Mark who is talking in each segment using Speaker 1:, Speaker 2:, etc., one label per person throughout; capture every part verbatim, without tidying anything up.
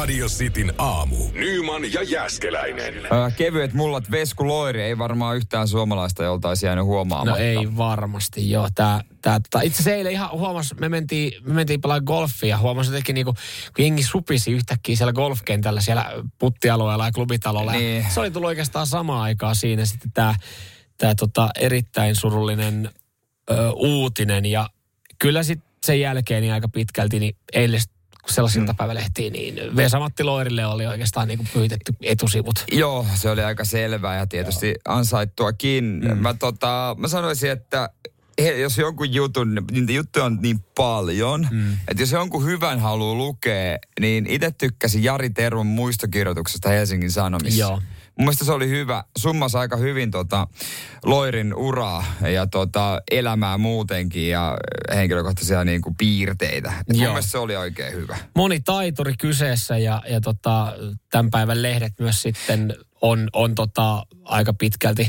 Speaker 1: Radio Cityn aamu. Nyman ja Jääskeläinen.
Speaker 2: Äh, kevyet mullat Vesku Loiri, ei varmaan yhtään suomalaista, jolta olisi jäänyt huomaamatta.
Speaker 3: No ei varmasti, joo. Tää, tää, tää. Itse asiassa eilen ihan huomas, me mentiin, me mentiin pelaa golfia. Huomasin jotenkin niinku, kun jengi supisi yhtäkkiä siellä golfkentällä, siellä puttialueella ja klubitalolla.
Speaker 2: Niin.
Speaker 3: Ja se oli tullut oikeastaan samaan aikaan siinä sitten tää, tää tota erittäin surullinen ö, uutinen. Ja kyllä sitten sen jälkeen niin aika pitkälti, niin eilen kun sellaisia mm. iltapäivälehtiin, niin Vesa-Matti Loirille oli oikeastaan niin kuin pyhitetty etusivut.
Speaker 2: Joo, se oli aika selvää ja tietysti Joo. ansaittuakin. Mm. Mä, tota, mä sanoisin, että he, jos jonkun jutun, niitä juttuja on niin paljon, mm. että jos jonkun hyvän haluaa lukea, niin itse tykkäsin Jari Tervon muistokirjoituksesta Helsingin Sanomissa.
Speaker 3: Joo.
Speaker 2: Mun mielestä se oli hyvä. Summasi aika hyvin tota Loirin uraa ja tota elämää muutenkin ja henkilökohtaisia niin kuin piirteitä. Mun mielestä se oli oikein hyvä.
Speaker 3: Moni taituri kyseessä ja, ja tota, tämän päivän lehdet myös sitten on, on tota aika pitkälti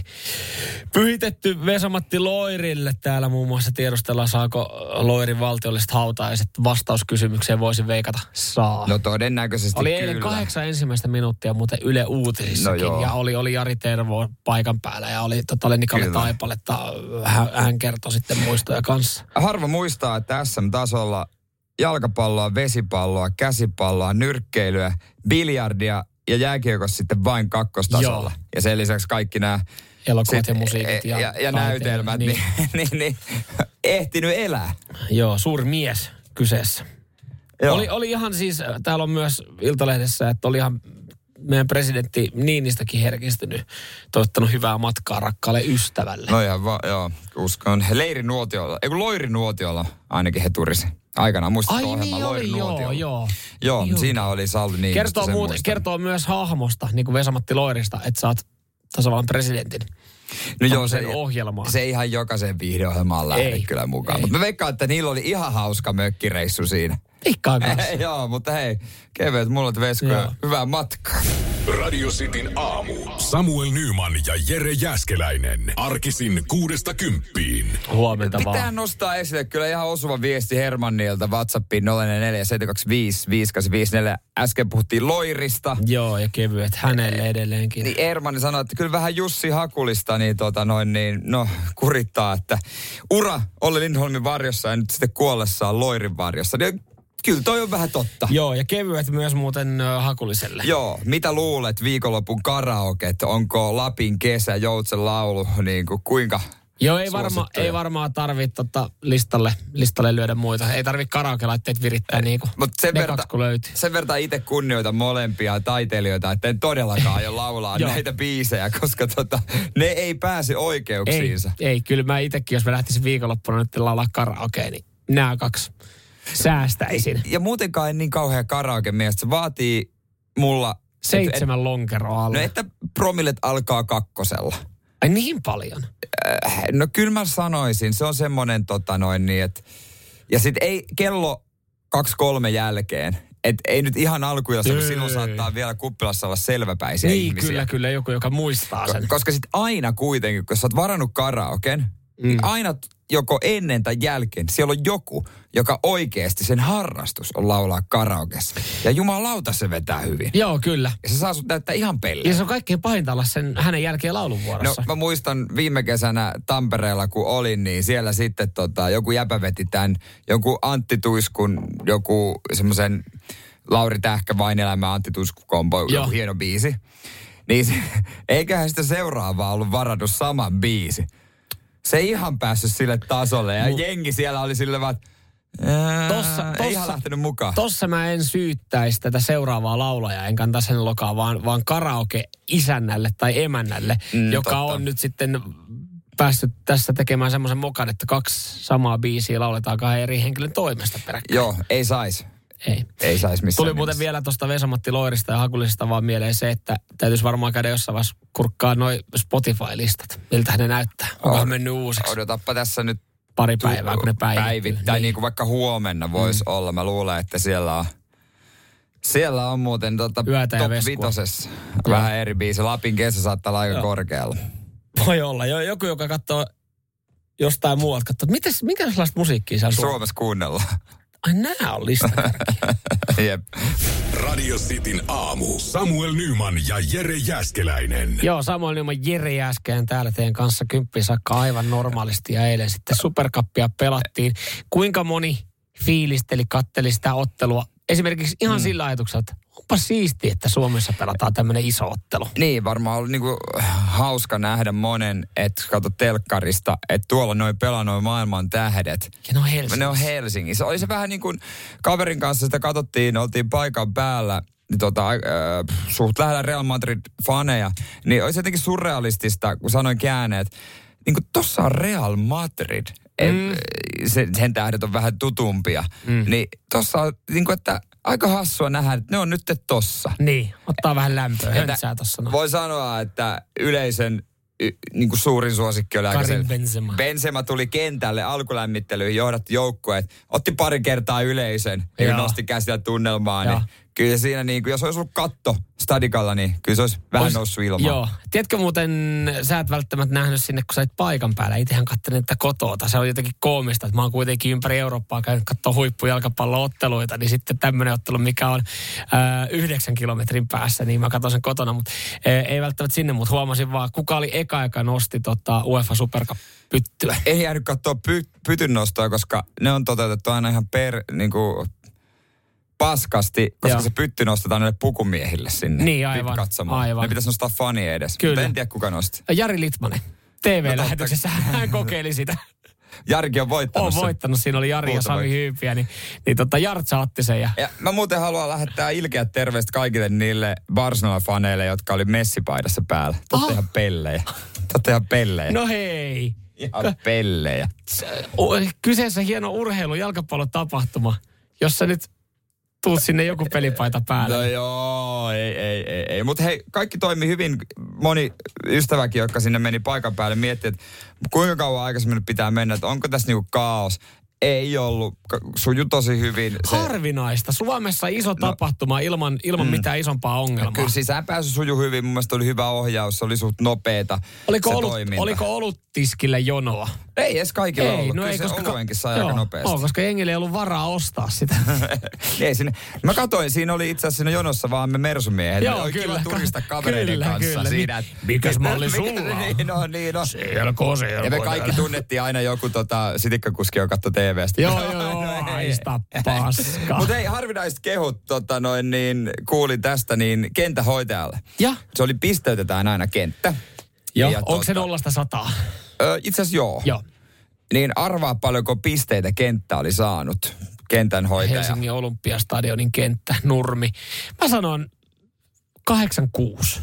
Speaker 3: pyhitetty Vesa-Matti Loirille. Täällä muun muassa tiedustellaan, saako Loirin valtiolliset hautaiset. Vastauskysymykseen voisin veikata saa.
Speaker 2: No todennäköisesti
Speaker 3: oli
Speaker 2: kyllä.
Speaker 3: Oli eilen kahdeksan ensimmäistä minuuttia muuten Yle Uutisissakin. No ja oli, oli Jari Tervo paikan päällä ja oli, tota, oli Nikalle Taipaletta. Hän, hän kertoi sitten muistoja kanssa.
Speaker 2: Harva muistaa, että S M-tasolla jalkapalloa, vesipalloa, käsipalloa, nyrkkeilyä, biljardia ja jääkiekossa sitten vain kakkostasolla. Joo. Ja sen lisäksi kaikki nämä
Speaker 3: elokuvat ja musiikit ja,
Speaker 2: ja, ja näytelmät, niin, niin, niin, niin ehtinyt elää.
Speaker 3: Joo, suuri mies kyseessä. Oli, oli ihan siis, täällä on myös Iltalehdessä, että oli ihan meidän presidentti Niinistäkin herkistynyt, toivottanut hyvää matkaa rakkaalle ystävälle.
Speaker 2: No ihan vaan, joo, uskon. Leirin nuotiolla, ei kun Loirin nuotiolla ainakin he turisi. Aikanaan muistatko ohjelman
Speaker 3: niin
Speaker 2: Loirin
Speaker 3: oli,
Speaker 2: nuotiolla?
Speaker 3: Joo,
Speaker 2: joo. Joo,
Speaker 3: joo.
Speaker 2: siinä oli Sauli Niinistö.
Speaker 3: Kertoo, muuten, kertoo myös hahmosta, niin kuin Vesa-Matti Loirista, että sä oot tasavallan presidentin.
Speaker 2: No joo, se,
Speaker 3: ohjelmaa.
Speaker 2: se ihan jokaisen viihdeohjelmaan lähde kyllä mukaan. Mutta mä veikkaan, että niillä oli ihan hauska mökkireissu siinä.
Speaker 3: Veikkaan kanssa.
Speaker 2: Joo, mutta hei, kevyet mullat Vesku ja hyvää matkaa.
Speaker 1: Radio Cityn aamu. Samuel Nyman ja Jere Jääskeläinen. Arkisin kuudesta kymppiin.
Speaker 3: Huomenta vaan.
Speaker 2: Pitää nostaa esille kyllä ihan osuva viesti Hermannilta WhatsAppiin nolla neljä seitsemän kaksi viisi viisi kahdeksan viisi neljä. Äsken puhuttiin Loirista.
Speaker 3: Joo, ja kevyet hänelle edelleenkin.
Speaker 2: Niin Hermanni sanoi, että kyllä vähän Jussi Hakulista niin, tota, noin, niin no, kurittaa, että ura Olli Lindholmin varjossa ja nyt sitten kuollessaan Loirin varjossa. Niin, kyllä toi on vähän totta.
Speaker 3: Joo, ja kevyet myös muuten uh, Hakuliselle.
Speaker 2: Joo, mitä luulet viikonlopun karaoke, että onko Lapin kesä, Joutsen laulu, niin kuin kuinka
Speaker 3: Joo, ei, varma, ei varmaan tarvitse tota listalle, listalle lyödä muita. Ei tarvitse karaoke-laitteet virittää niin kuin
Speaker 2: Mut sen
Speaker 3: ne
Speaker 2: verta,
Speaker 3: kaksi, kun löytyy.
Speaker 2: Sen verran itse kunnioitan molempia taiteilijoita, että en todellakaan aio laulaa näitä biisejä, koska tota, ne ei pääse oikeuksiinsa.
Speaker 3: Ei, ei, kyllä mä itsekin, jos mä lähtisin viikonloppuna nyt laulaa karaokea, niin nämä kaksi säästäisin.
Speaker 2: Ja muutenkaan en niin kauhean karaoke mielestä. Se vaatii mulla
Speaker 3: seitsemän et, lonkeroa alla.
Speaker 2: No että promillet alkaa kakkosella.
Speaker 3: Ai niin paljon?
Speaker 2: Äh, no kyllä mä sanoisin. Se on semmoinen tota noin niin, että ja sit ei kello kaksi kolme jälkeen. Että ei nyt ihan alkujossa, kun silloin saattaa vielä kuppilassa olla selväpäisiä
Speaker 3: niin,
Speaker 2: ihmisiä.
Speaker 3: Kyllä, kyllä, joku, joka muistaa sen.
Speaker 2: Koska sit aina kuitenkin, kun sä oot varannut karaoken, mm. niin aina joko ennen tai jälkeen siellä on joku, joka oikeasti sen harrastus on laulaa karaokessa. Ja jumalauta se vetää hyvin.
Speaker 3: Joo, kyllä.
Speaker 2: Ja se saa sut näyttää ihan pelle.
Speaker 3: Ja se on kaikkein pahinta olla sen hänen jälkeen lauluvuorossa.
Speaker 2: No mä muistan viime kesänä Tampereella, kun olin, niin siellä sitten tota, joku jäpä veti tämän, joku Antti Tuiskun, joku semmoisen Lauri Tähkä, Vain elämä, Antti Tuisku-kombo, joku hieno biisi. Niin se, eiköhän sitä seuraavaa ollut varannut saman biisi. Se ei ihan päässyt sille tasolle ja Mut, jengi siellä oli sille vaan, tossa, tossa, ei ihan lähtenyt mukaan.
Speaker 3: Tossa mä en syyttäisi tätä seuraavaa laulajaa, en kantaa sen lokaa, vaan, vaan karaoke-isännälle tai emännälle, mm, joka totta. on nyt sitten päässyt tässä tekemään semmoisen mokan, että kaksi samaa biisiä lauletaan kahden eri henkilön toimesta peräkkäin.
Speaker 2: Joo, ei saisi.
Speaker 3: Ei.
Speaker 2: Ei saisi missään.
Speaker 3: Tuli muuten vielä tuosta Vesa-Matti Loirista ja Hakulisesta vaan mieleen se, että täytyisi varmaan käydä jossain vaiheessa kurkkaa noi Spotify-listat. Miltä ne näyttää? Onkohan Od- mennyt uusiksi?
Speaker 2: Odotappa tässä nyt
Speaker 3: pari päivää, tu- kun ne päivittyy.
Speaker 2: Päivittää, niin. niin kuin vaikka huomenna voisi mm. olla. Mä luulen, että siellä on, siellä on muuten tota top vitosessa vähän eri biisi. Lapin kesä saattaa olla aika Joo. korkealla.
Speaker 3: Voi olla. Joku, joka katsoo jostain muualta, katsoo, että mitäs, minkälaista musiikkia siellä
Speaker 2: Suomessa kuunnellaan.
Speaker 3: Ai nää on listakärkiä.
Speaker 2: Jep.
Speaker 1: Radio Cityn aamu. Samuel Nyman ja Jere Jääskeläinen.
Speaker 3: Joo, Samuel Nyman, Jere Jääskeläinen täällä teidän kanssa kymppi saakka aivan normaalisti ja eilen sitten Supercuppia pelattiin. Kuinka moni fiilisteli, katteli sitä ottelua? Esimerkiksi ihan mm. sillä ajatuksella, että onpa siistiä, että Suomessa pelataan tämmöinen iso ottelu.
Speaker 2: Niin, varmaan ollut niinku hauska nähdä monen, että kato telkkarista, että tuolla noin pelaa noin maailman tähdet.
Speaker 3: Ja ne on Helsingissä.
Speaker 2: Ne on Helsingissä. Oli se vähän niin kuin kaverin kanssa sitä katsottiin, oltiin paikan päällä, niin tota, äh, suht lähellä Real Madrid-faneja, niin olisi jotenkin surrealistista, kun sanoin kääneet, niin kuin tossa on Real Madrid. Mm. Se, sen tähdet on vähän tutumpia. Mm. Niin tossa on niin kuin, että aika hassua nähdä, että ne on nyt tossa.
Speaker 3: Niin, ottaa vähän lämpöä, höntsää tossa. No.
Speaker 2: Voi sanoa, että yleisön y, niin kuin suurin suosikki oli
Speaker 3: Karim
Speaker 2: aika
Speaker 3: Benzema.
Speaker 2: Benzema tuli kentälle alkulämmittelyyn, johdatti joukkueet, otti pari kertaa yleisön ja nosti käsillä tunnelmaa. Niin kyllä siinä, niin kuin, jos olisi ollut katto stadikalla, niin kyllä se olisi vähän Ois, noussut ilmaan.
Speaker 3: Joo. Tiedätkö muuten, sä et välttämättä nähnyt sinne, kun sä olit paikan päällä. Itsehän katselin tätä kotota. Se on jotenkin koomista, että mä oon kuitenkin ympäri Eurooppaa käynyt katsoa huippujalkapallo-otteluita, niin sitten tämmöinen ottelu, mikä on ää, yhdeksän kilometrin päässä, niin mä katson sen kotona, mutta ää, ei välttämättä sinne, mutta huomasin vaan, kuka oli eka, joka nosti tota UEFA Supercup-pyttyä.
Speaker 2: Ei jäänyt katsoa py, pytyn nostoa, koska ne on toteutettu aina ihan per, niin kuin paskasti, koska Joo. se pytty nostetaan näille pukumiehille sinne.
Speaker 3: Niin, aivan. aivan.
Speaker 2: Ne pitäisi nostaa fani edes. Kyllä. Mutta en tiedä, kuka nosti.
Speaker 3: Jari Litmanen. T V-lähetyksessä hän kokeili sitä.
Speaker 2: Jarikin on voittanut
Speaker 3: on
Speaker 2: sen.
Speaker 3: voittanut. Siinä oli Jari Muuta ja Sami voit. Hyypiä. Niin, niin tota Jartsa otti sen. Ja...
Speaker 2: ja mä muuten haluan lähettää ilkeät terveiset kaikille niille Barcelona-faneille, jotka oli messipaidassa päällä. Totta oh. ihan pellejä. Totta ihan pellejä.
Speaker 3: No hei.
Speaker 2: Ihan pellejä.
Speaker 3: Kyseessä hieno urheilu, jalkapallotapahtuma, jossa nyt tuut sinne joku pelipaita päälle.
Speaker 2: No joo, ei, ei, ei. ei. Mutta hei, kaikki toimi hyvin. Moni ystäväkin, jotka sinne meni paikan päälle, mietti, että kuinka kauan aikaisemmin pitää mennä, että onko tässä niinku kaos. Ei ollut. Suju tosi hyvin.
Speaker 3: Se... Harvinaista. Suomessa iso tapahtuma no, ilman, ilman mm. mitään isompaa ongelmaa.
Speaker 2: Kyllä sisäänpääsy suju hyvin. Mun mielestä oli hyvä ohjaus. Se oli suht nopeeta.
Speaker 3: Oliko,
Speaker 2: se
Speaker 3: olut, oliko oluttiskille jonoa?
Speaker 2: Ei edes kaikilla ei, ollut.
Speaker 3: No
Speaker 2: Kyllä
Speaker 3: ei,
Speaker 2: se
Speaker 3: koska,
Speaker 2: oluenkin sai
Speaker 3: joo,
Speaker 2: aika nopeasti.
Speaker 3: Joo, koska jengillä ei ollut varaa ostaa sitä.
Speaker 2: ei, sinne, mä katsoin, siinä oli itse asiassa siinä jonossa vaan me mersumiehet.
Speaker 3: Joo,
Speaker 2: oli
Speaker 3: kyllä.
Speaker 2: Kiva turista kavereiden
Speaker 3: kyllä,
Speaker 2: kanssa
Speaker 3: kyllä.
Speaker 2: siinä.
Speaker 3: Että, mikäs malli sulla on?
Speaker 2: Niin no, niin no.
Speaker 3: Selko, selko.
Speaker 2: Ja me kaikki tunnettiin aina joku tota, sitikkakuski, joka katsoi T V:stä.
Speaker 3: Joo, joo, joo. Haista paskaa.
Speaker 2: Mutta hei, harvinaiset kehut, tota noin, niin kuulin tästä, niin kenttähoitajalle.
Speaker 3: Ja?
Speaker 2: Se oli pisteytetään aina kenttä.
Speaker 3: Joo, ja onko tota, se nollasta sataa?
Speaker 2: Ö, itse asiassa joo.
Speaker 3: Joo.
Speaker 2: Niin arvaa paljonko pisteitä kenttä oli saanut, kentän hoitaja.
Speaker 3: Helsingin Olympiastadionin kenttä, Nurmi. Mä sanon kahdeksankymmentäkuusi.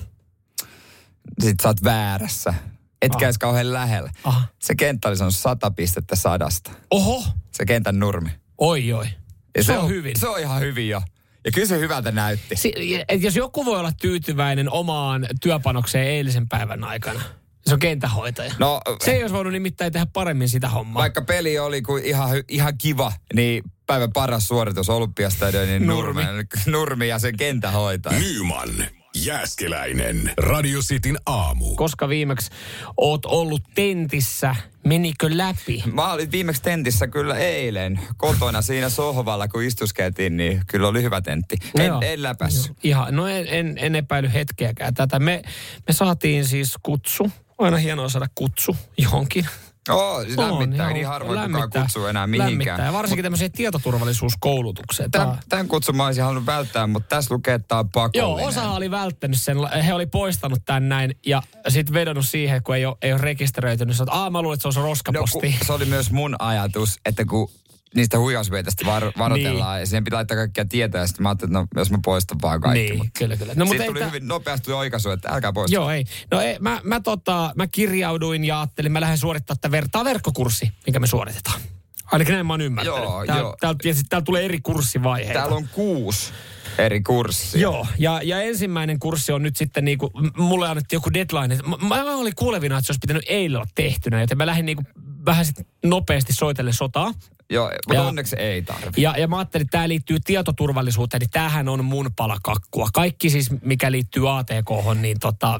Speaker 2: Sitten sä oot väärässä. Etkä edes kauhean lähellä.
Speaker 3: Aha.
Speaker 2: Se kenttä oli saanut sata pistettä sadasta.
Speaker 3: Oho.
Speaker 2: Se kentän Nurmi.
Speaker 3: Oi, oi.
Speaker 2: Ja
Speaker 3: se,
Speaker 2: se
Speaker 3: on hyvin.
Speaker 2: Se on ihan hyvin jo. Ja kyllä se hyvältä näytti.
Speaker 3: Si- et jos joku voi olla tyytyväinen omaan työpanokseen eilisen päivän aikana, se on kentähoitaja. No, se ei olisi voinut nimittäin tehdä paremmin sitä hommaa.
Speaker 2: Vaikka peli oli kuin ihan, ihan kiva, niin päivän paras suoritus Olympiastadionin Nurmi. Nurmi. Nurmi ja sen kentähoitaja.
Speaker 1: Nyman. Jääskeläinen. Radio Cityn aamu.
Speaker 3: Koska viimeksi oot ollut tentissä, menikö läpi?
Speaker 2: Mä olin viimeksi tentissä kyllä eilen. Kotona siinä sohvalla, kun istuskeltiin, niin kyllä oli hyvä tentti. En, no en läpässyt.
Speaker 3: Ihan, no en, en, en epäily hetkeäkään tätä. Me, me saatiin siis kutsu. Aina hienoa saada kutsu johonkin.
Speaker 2: Oo, siis lämmittää. Ei niin harvoin kukaan kutsuu enää mihinkään.
Speaker 3: Lämmittää. Ja varsinkin tämmöiseen tietoturvallisuuskoulutukseen.
Speaker 2: Tämän, tämän kutsun mä olisin halunnut välttää, mutta tässä lukee, että tämä on pakollinen.
Speaker 3: Joo, osa oli välttänyt sen. He oli poistanut tämän näin ja sitten vedonnut siihen, kun ei ole, ei ole rekisteröitynyt. Sanoit, aah, mä luulen, että se on roskaposti.
Speaker 2: No, se oli myös mun ajatus, että kun niistä huijausvietästä var, varoitellaan niin. Ja siihen pitää laittaa kaikkia tietoja. Ja sitten mä ajattelin, että no, jos mä poistan vaan kaikki.
Speaker 3: Niin,
Speaker 2: mutta
Speaker 3: kyllä, kyllä. No,
Speaker 2: siitä tuli ta... hyvin nopeasti oikaisu, että älkää poistaa.
Speaker 3: Joo, ei. No ei, mä, mä, tota, mä kirjauduin ja ajattelin, mä lähden suorittaa tätä ver- verkkokurssi, mikä me suoritetaan. Ainakin näin mä oon ymmärtänyt. Joo, täällä, joo. Täällä, täällä, täällä tulee eri kurssivaiheita.
Speaker 2: Täällä on kuusi eri kurssia.
Speaker 3: Joo, ja, ja ensimmäinen kurssi on nyt sitten niinku, mulle annettiin joku deadline. Mä, mä olin kuulevina, että se olisi pitänyt eilen olla tehtynä, joten mä lähdin niinku vähän sit nopeasti soitellen sotaa.
Speaker 2: Joo, mutta ja, onneksi ei tarvitse.
Speaker 3: Ja, ja mä ajattelin, että tämä liittyy tietoturvallisuuteen, niin tämähän on mun pala kakkua. Kaikki siis, mikä liittyy A T K:hon, niin tota,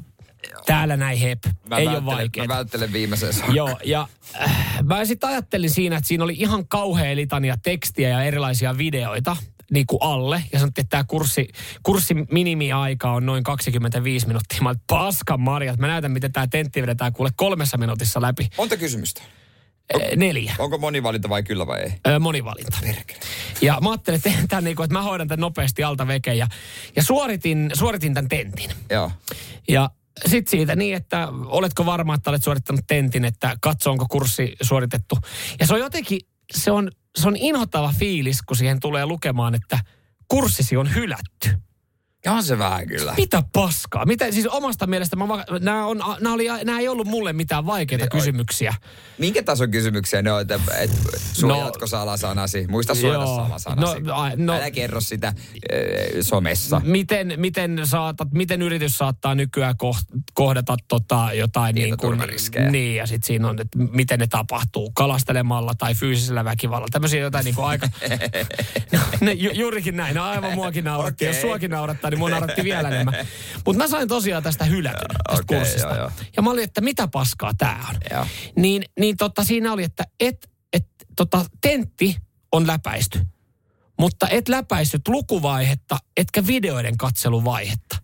Speaker 3: Täällä näin hep.
Speaker 2: Mä
Speaker 3: ei ole vaikeaa.
Speaker 2: Mä välttelen viimeisen saakka.
Speaker 3: Joo, ja äh, mä sitten ajattelin siinä, että siinä oli ihan kauhea litania tekstiä ja erilaisia videoita niin kuin alle. Ja sanottiin, että tämä kurssi, kurssin minimiaika on noin kaksikymmentäviisi minuuttia. Mä olin, paskan marjat. Mä näytän, miten tämä tentti vedetään kuule kolmessa minuutissa läpi.
Speaker 2: Monta kysymystä?
Speaker 3: On, Neljä.
Speaker 2: Onko monivalinta vai kyllä vai ei?
Speaker 3: Öö, monivalinta.
Speaker 2: Perkele.
Speaker 3: Ja mä ajattelin, että, tämän, niin kuin, että mä hoidan tämän nopeasti alta veke. Ja, ja suoritin, suoritin tämän tentin.
Speaker 2: Joo.
Speaker 3: Ja sitten siitä niin, että oletko varma, että olet suorittanut tentin, että katso, onko kurssi suoritettu. Ja se on jotenkin, se on, se on inhottava fiilis, kun siihen tulee lukemaan, että kurssisi on hylätty.
Speaker 2: Ja on se vähän kyllä.
Speaker 3: Mitä paskaa? Mitä, siis omasta mielestä, mä, nämä, on, nämä, oli, nämä ei ollut mulle mitään vaikeita niin, kysymyksiä.
Speaker 2: Minkä tason kysymyksiä ne on, että et, suojatko no, salasanasi? Muista suojata salasanasi. No, no, Älä kerro sitä äh, somessa. Miten,
Speaker 3: miten, saatat, miten yritys saattaa nykyään kohdata tota, jotain niin kuin... Niin, ja sitten siinä on, että miten ne tapahtuu. Kalastelemalla tai fyysisellä väkivallalla. Tämmöisiä jotain niin kuin aika... no, ne, ju, juurikin näin. No, aivan muakin nauratti. Okay. Jos suakin naurattaa, niin mua nauratti vielä enemmän. Mutta mä sain tosiaan tästä hylätyn, tästä okay, kurssista. Jo, jo. Ja mä olin, että mitä paskaa tää on. Ja. Niin, niin totta siinä oli, että et, et, tota, tentti on läpäisty. Mutta et läpäissyt lukuvaihetta, etkä videoiden katseluvaihetta.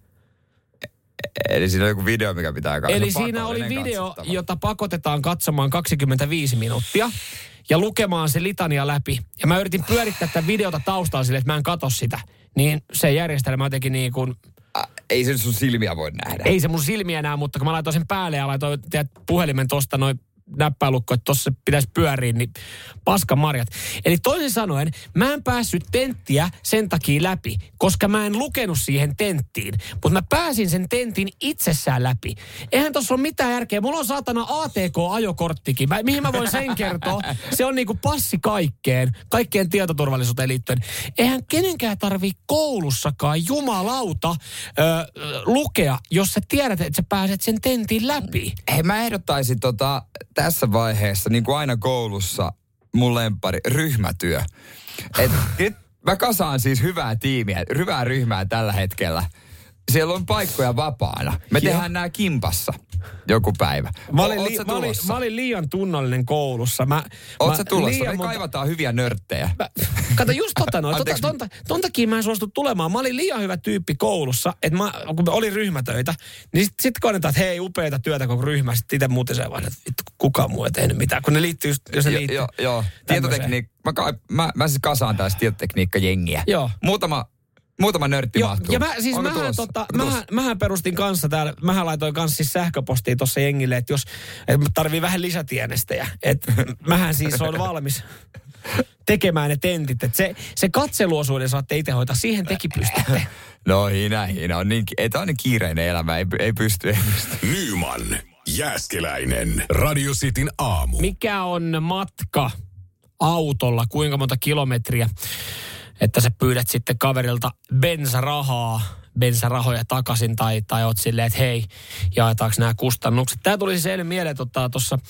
Speaker 2: Eli siinä on joku video, mikä pitää katsoa.
Speaker 3: Eli siinä oli video, jota pakotetaan katsomaan kaksikymmentäviisi minuuttia ja lukemaan se litania läpi. Ja mä yritin pyörittää tätä videota taustalla sille, että mä en katso sitä. Niin se järjestelmä jotenkin niin kuin...
Speaker 2: Äh, ei se sun silmiä voi nähdä.
Speaker 3: Ei se mun silmiä näe, mutta kun mä laitoin sen päälle ja laitoin teet, puhelimen tosta noin näppäilukko, että tossa pitäisi pyöriä, niin paskan marjat. Eli toisin sanoen, mä en päässyt tenttiä sen takia läpi, koska mä en lukenut siihen tenttiin. Mutta mä pääsin sen tentin itsessään läpi. Eihän tossa ole mitään järkeä. Mulla on saatana A T K-ajokorttikin. Mä, mihin mä voin sen kertoa? Se on niinku passi kaikkeen, kaikkeen tietoturvallisuuteen liittyen. Eihän kenenkään tarvii koulussakaan jumalauta ö, lukea, jos sä tiedät, että sä pääset sen tentin läpi.
Speaker 2: Hei, mä ehdottaisin tota... tässä vaiheessa, niin kuin aina koulussa, mun lempari, ryhmätyö. Et nyt mä kasaan siis hyvää tiimiä, hyvää ryhmää tällä hetkellä. Siellä on paikkoja vapaana. Me Joo. tehdään nämä kimpassa joku päivä.
Speaker 3: Mä olin, li- mä, olin, mä olin liian tunnollinen koulussa. Mä,
Speaker 2: Oot sä tulossa? Me monta... kaivataan hyviä nörttejä.
Speaker 3: Mä, kato just tota noin. Tota, ton, ton takia mä en suostu tulemaan. Mä olin liian hyvä tyyppi koulussa, että mä, kun oli ryhmätöitä, niin sit, sit konetaan, että hei, upeita työtä koko ryhmä. Sitten itse muutiseen vaan, että vittu, kukaan muu ei tehnyt mitään. Kun ne liittyy just, jos ne liittyy. Joo,
Speaker 2: joo. Tietotekniikka. Mä, mä, mä siis kasaan tästä tietotekniikka-jengiä. Joo. Muutama... Muutama nörtti
Speaker 3: Joo,
Speaker 2: mahtuu.
Speaker 3: Ja mä, siis mähän, tota, mähän, mähän perustin kanssa täällä, mähän laitoin kanssa siis sähköpostia tuossa jengille, että jos et tarvii vähän lisätienestejä, että mähän siis on valmis tekemään ne tentit. Että se, se katseluosuuden saatte itse hoitaa, siihen teki pystytte.
Speaker 2: No hinä, hinä on niin, ei tämä on niin kiireinen elämä, ei, ei pysty, ei pysty.
Speaker 1: Nyman, Jääskeläinen, Radio Cityn aamu.
Speaker 3: Mikä on matka autolla, kuinka monta kilometriä? Että sä pyydät sitten kaverilta bensarahaa, bensarahoja takaisin tai, tai oot silleen, että hei, jaetaanko nämä kustannukset. Tää tuli siis eilen mieleen tuossa tota,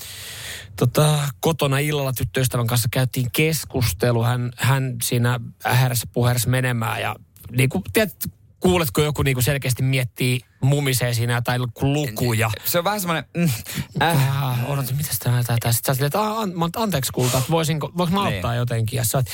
Speaker 3: tota, kotona illalla tyttöystävän kanssa käytiin keskustelu. Hän, hän siinä ähärässä puheessa menemään ja niin kuin, tiedät, kuuletko joku niin kuin selkeästi miettii, mumisee siinä jotain lukuja.
Speaker 2: Se on vähän semmoinen... Mm, äh.
Speaker 3: äh, Odotin, mitä sitä näytetään tässä? Sitten sä silleen, että an, anteeksi kulta, että voisinko, voinko mä auttaa niin. jotenkin? Ja sä oot,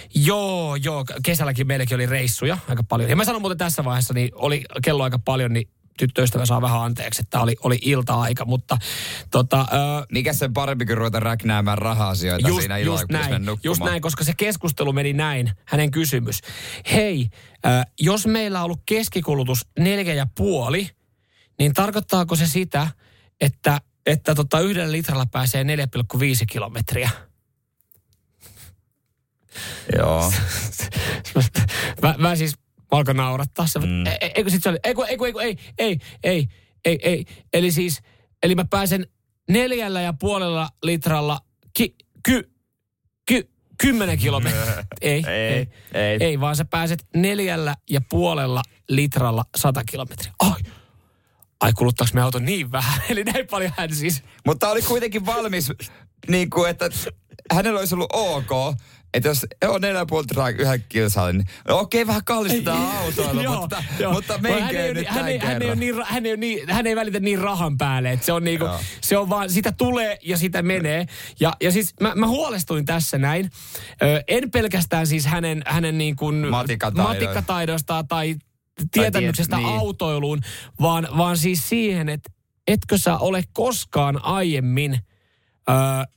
Speaker 3: joo, joo, kesälläkin meilläkin oli reissuja aika paljon. Ja mä sanon muuten tässä vaiheessa, niin oli kello aika paljon, niin tyttöystävä saa vähän anteeksi, että oli, oli ilta-aika, mutta tota... Ö,
Speaker 2: mikä sen parempi kuin ruveta räknäämään raha-asioita
Speaker 3: just,
Speaker 2: siinä illalla, kun mennä nukkumaan?
Speaker 3: Just näin, koska se keskustelu meni näin, hänen kysymys. Hei, ö, jos meillä on ollut keskikulutus neljä ja puoli, niin tarkoittaako se sitä, että, että tota yhdellä litralla pääsee neljä pilkku viisi kilometriä?
Speaker 2: Joo.
Speaker 3: mä, mä siis... Mä alkoi naurattaa se. Mm. Eikö sit se oli, eiku, eiku, eiku, ei, ei, ei, ei, ei. Eli siis, eli mä pääsen neljällä ja puolella litralla ki, ky, ky, kymmenen kilometriä. ei, ei, ei, ei. Ei, vaan sä pääset neljällä ja puolella litralla sata kilometriä. Ai, ai kuluttaako me auto niin vähän? Eli näin paljon hän siis.
Speaker 2: Mutta oli kuitenkin valmis niin kuin, että hänellä olisi ollut ok, että jos on neljä pilkku viisi yhden kilsalle, niin okei, vähän kallista tämä autoilla, mutta, mutta menkää nyt tämän kerran.
Speaker 3: Hän ei, niin, hän, ei niin, hän ei välitä niin rahan päälle, että se on, niinku, se on vaan, sitä tulee ja sitä menee. Ja, ja siis mä, mä huolestuin tässä näin. Ö, en pelkästään siis hänen, hänen niin kuin matikkataidosta tai tietämyksestä tai tiet, niin. autoiluun, vaan, vaan siis siihen, että etkö sä ole koskaan aiemmin Öö,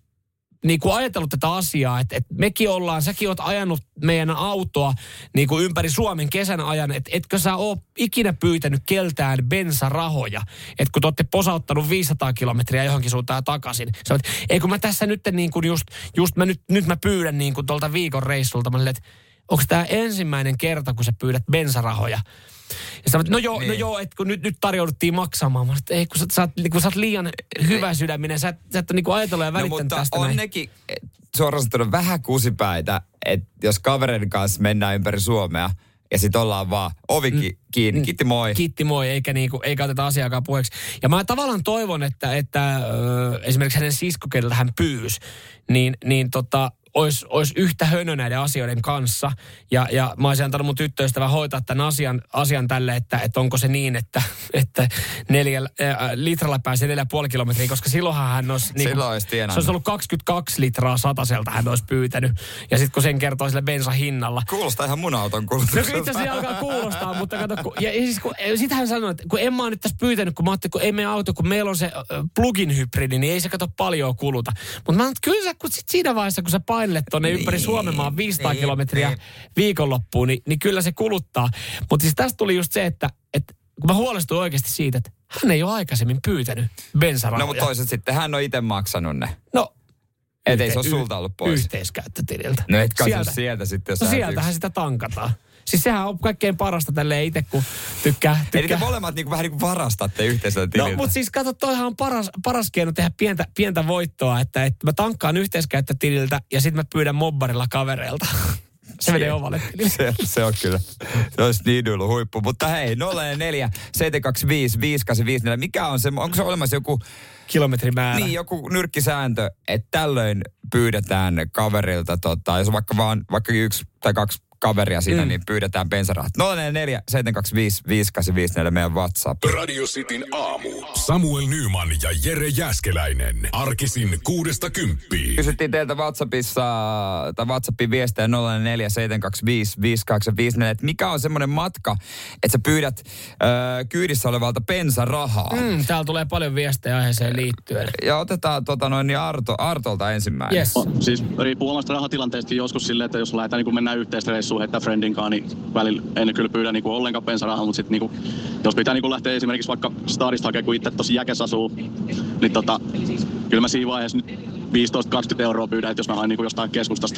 Speaker 3: niin kuin ajatellut tätä asiaa, että, että mekin ollaan, säkin oot ajanut meidän autoa niin kuin ympäri Suomen kesän ajan, että etkö sä oo ikinä pyytänyt keltään bensarahoja, että kun te ootte posauttanut viisisataa kilometriä johonkin suuntaan takaisin. Sä oot, ei kun mä tässä nyt niin kuin just, just mä nyt, nyt mä pyydän niin kuin tuolta viikon reissulta, mä silleen, että onko tämä ensimmäinen kerta, kun sä pyydät bensarahoja? Ja sä oot, no joo, niin. no joo, että kun nyt, nyt tarjouduttiin maksamaan. Mä sanoin, että ei, kun sä, sä, kun sä oot liian hyvä sydäminen, sä, sä et ole niin ajatellut ja välittänyt no, tästä
Speaker 2: on
Speaker 3: näin.
Speaker 2: Nekin suoraan sanottuna vähän kusipäitä, että jos kavereiden kanssa mennään ympäri Suomea ja sit ollaan vaan ovi kiinni, mm, kiitti moi.
Speaker 3: Kiitti moi, eikä, niinku, eikä oteta asiaakaan puheeksi. Ja mä tavallaan toivon, että, että ö, esimerkiksi hänen sisko, keneltä hän pyysi, niin, niin tota... Olisi, olisi yhtä hönö näiden asioiden kanssa. Ja, ja mä olisin antanut mun tyttöystävän hoitaa tämän asian, asian tälle, että, että onko se niin, että, että neljä, äh, litralla pääsee neljä puoli kilometriä, koska silloinhan hän olisi... Niin,
Speaker 2: silloin olisi tienannut.
Speaker 3: Se olisi ollut kaksikymmentäkaksi litraa sataselta hän olisi pyytänyt. Ja sitten kun sen kertoo sille bensahinnalla.
Speaker 2: Kuulostaa ihan mun auton kulutukselta.
Speaker 3: No itse asiassa alkaa kuulostaa, mutta kato, kun, ja, ja siis kun, sit hän sanoi, että kun en mä ole nyt tässä pyytänyt, kun mä ajattelin, kun ei meidän auto, kun meillä on se plug-in hybridi, niin ei se kato paljon kuluta. Mutta mä sanoin, että kyllä sä, kun sit siinä vaiheessa, kun sä painelet tuonne niin, ympäri Suomenmaan viisisataa niin, kilometriä niin. viikonloppuun, niin, niin kyllä se kuluttaa. Mutta siis tästä tuli just se, että, että kun mä huolestuin oikeasti siitä, että hän ei ole aikaisemmin pyytänyt bensarahoja.
Speaker 2: No mutta toiset sitten, hän on itse maksanut ne.
Speaker 3: No.
Speaker 2: Et ei se ole sulta ollut pois.
Speaker 3: Yhteiskäyttötililtä.
Speaker 2: No etkä sieltä, sieltä sitten, jos
Speaker 3: no sieltähän yksi. Sitä tankataan. Siis sehän on kaikkein parasta tälleen itse, kun tykkää... tykkää.
Speaker 2: Eli molemmat niinku, vähän niin kuin varastatte yhteiseltä tililtä.
Speaker 3: No, mutta siis kato, toihan on paras, paras keino tehdä pientä, pientä voittoa, että, että mä tankkaan yhteiskäyttötililtä ja sitten mä pyydän mobbarilla kavereilta. Se menee omalle tilille.
Speaker 2: Se, se on kyllä. Se olisi niin yllu huippu. Mutta hei, nolla neljä seitsemän kaksi viisi viisi kahdeksan viisi neljä. Mikä on se, onko se olemassa joku...
Speaker 3: kilometrimäärä.
Speaker 2: Niin, joku nyrkkisääntö, että tällöin pyydetään kaverilta, tota, jos on vaikka vaan vaikka yksi tai kaksi kaveria siinä, mm. niin pyydetään bensarahat. nolla neljä neljä seitsemän kaksi viisi viisi kahdeksan viisi neljä meidän WhatsApp.
Speaker 1: Radio Cityn aamu. Samuel Nyman ja Jere Jääskeläinen. Arkisin kuudesta kymppiin.
Speaker 2: Kysyttiin teiltä WhatsAppissa, tai WhatsAppin viestejä nolla neljä seitsemän kaksi viisi viisi kahdeksan viisi neljä, että mikä on semmoinen matka, että sä pyydät äh, kyydissä olevalta bensarahaa.
Speaker 3: Mm, täällä tulee paljon viestejä aiheeseen liittyen.
Speaker 2: Ja otetaan tota noin niin Arto, Artolta ensimmäinen.
Speaker 3: Yes.
Speaker 4: No, siis riippuu omasta rahatilanteesta joskus silleen, että jos lähdetään niin mennään yhteisreissuun heittää friendin kanssa, niin välillä en kyllä pyydä niin ollenkaan bensarahaa, mutta sitten niin jos pitää niin lähteä esimerkiksi vaikka Stadista hakemaan, kun itse tuossa Jäkes asuu, niin tota, kyllä mä siinä vaiheessa nyt viisitoista kaksikymmentä euroa pyydän, että jos mä haen niin jostain keskustasta.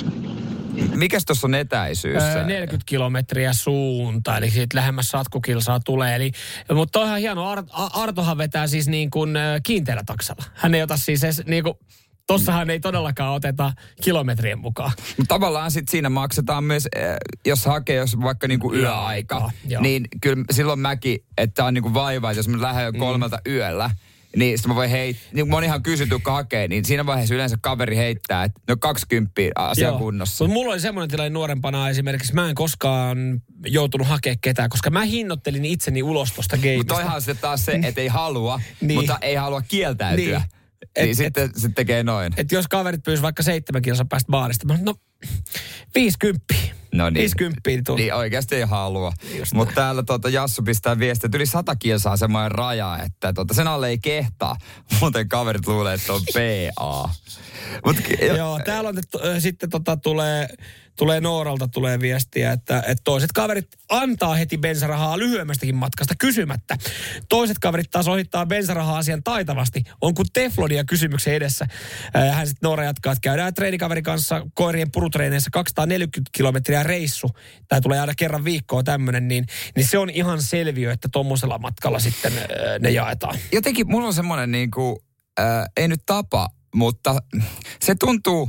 Speaker 2: Mikäs tuossa on etäisyys?
Speaker 3: Öö, neljäkymmentä kilometriä suunta, eli siitä lähemmäs satkukilsaa tulee. Eli, mutta toi ihan hieno, Art, Artohan vetää siis niin kuin kiinteällä taksalla. Hän ei ota siis edes niin kuin, tossahan ei todellakaan oteta kilometrien mukaan.
Speaker 2: Mutta tavallaan sitten siinä maksetaan myös, jos hakee jos vaikka niinku yöaika, Joo. niin kyllä silloin mäkin, että on niinku vaivaa, jos mä lähden jo kolmelta mm. yöllä, niin sitten mä voin heittää, niin monihan kysytty, kun hakee, niin siinä vaiheessa yleensä kaveri heittää, että no kaksikymmentä asian Joo. kunnossa.
Speaker 3: Mutta mulla oli semmoinen tilanne nuorempana esimerkiksi, mä en koskaan joutunut hakemaan ketään, koska mä hinnoittelin itseni ulos tosta gameista.
Speaker 2: Mutta toihan sitten taas se, että ei halua, niin. mutta ei halua kieltäytyä. Niin. Et, niin sitten sit tekee noin.
Speaker 3: Että jos kaverit pyysivät vaikka seitsemän kilsan päästä baarista, mä no viisikymppiä.
Speaker 2: No niin.
Speaker 3: viisikymppiä tuli.
Speaker 2: Niin oikeasti ei halua. Mutta täällä tuota Jassu pistää viestiä, että yli sata kilsaa semmoinen raja, että tuota, sen alle ei kehtaa. Muuten kaverit luulee, että on P A. Mut,
Speaker 3: Joo, täällä on äh, sitten tota, tulee... Tulee Nooralta tulee viestiä, että, että toiset kaverit antaa heti bensarahaa lyhyemmästäkin matkasta kysymättä. Toiset kaverit taas ohittaa bensaraha-asian taitavasti. On kuin teflonia kysymyksen edessä. Hän sitten Noora jatkaa, että käydään treenikaverin kanssa koirien purutreeneissä kaksisataaneljäkymmentä kilometriä reissu. Tämä tulee aina kerran viikkoa tämmöinen, niin, niin se on ihan selviö, että tommosella matkalla sitten ne jaetaan.
Speaker 2: Jotenkin mulla on semmoinen niin kuin, äh, ei nyt tapa, mutta se tuntuu...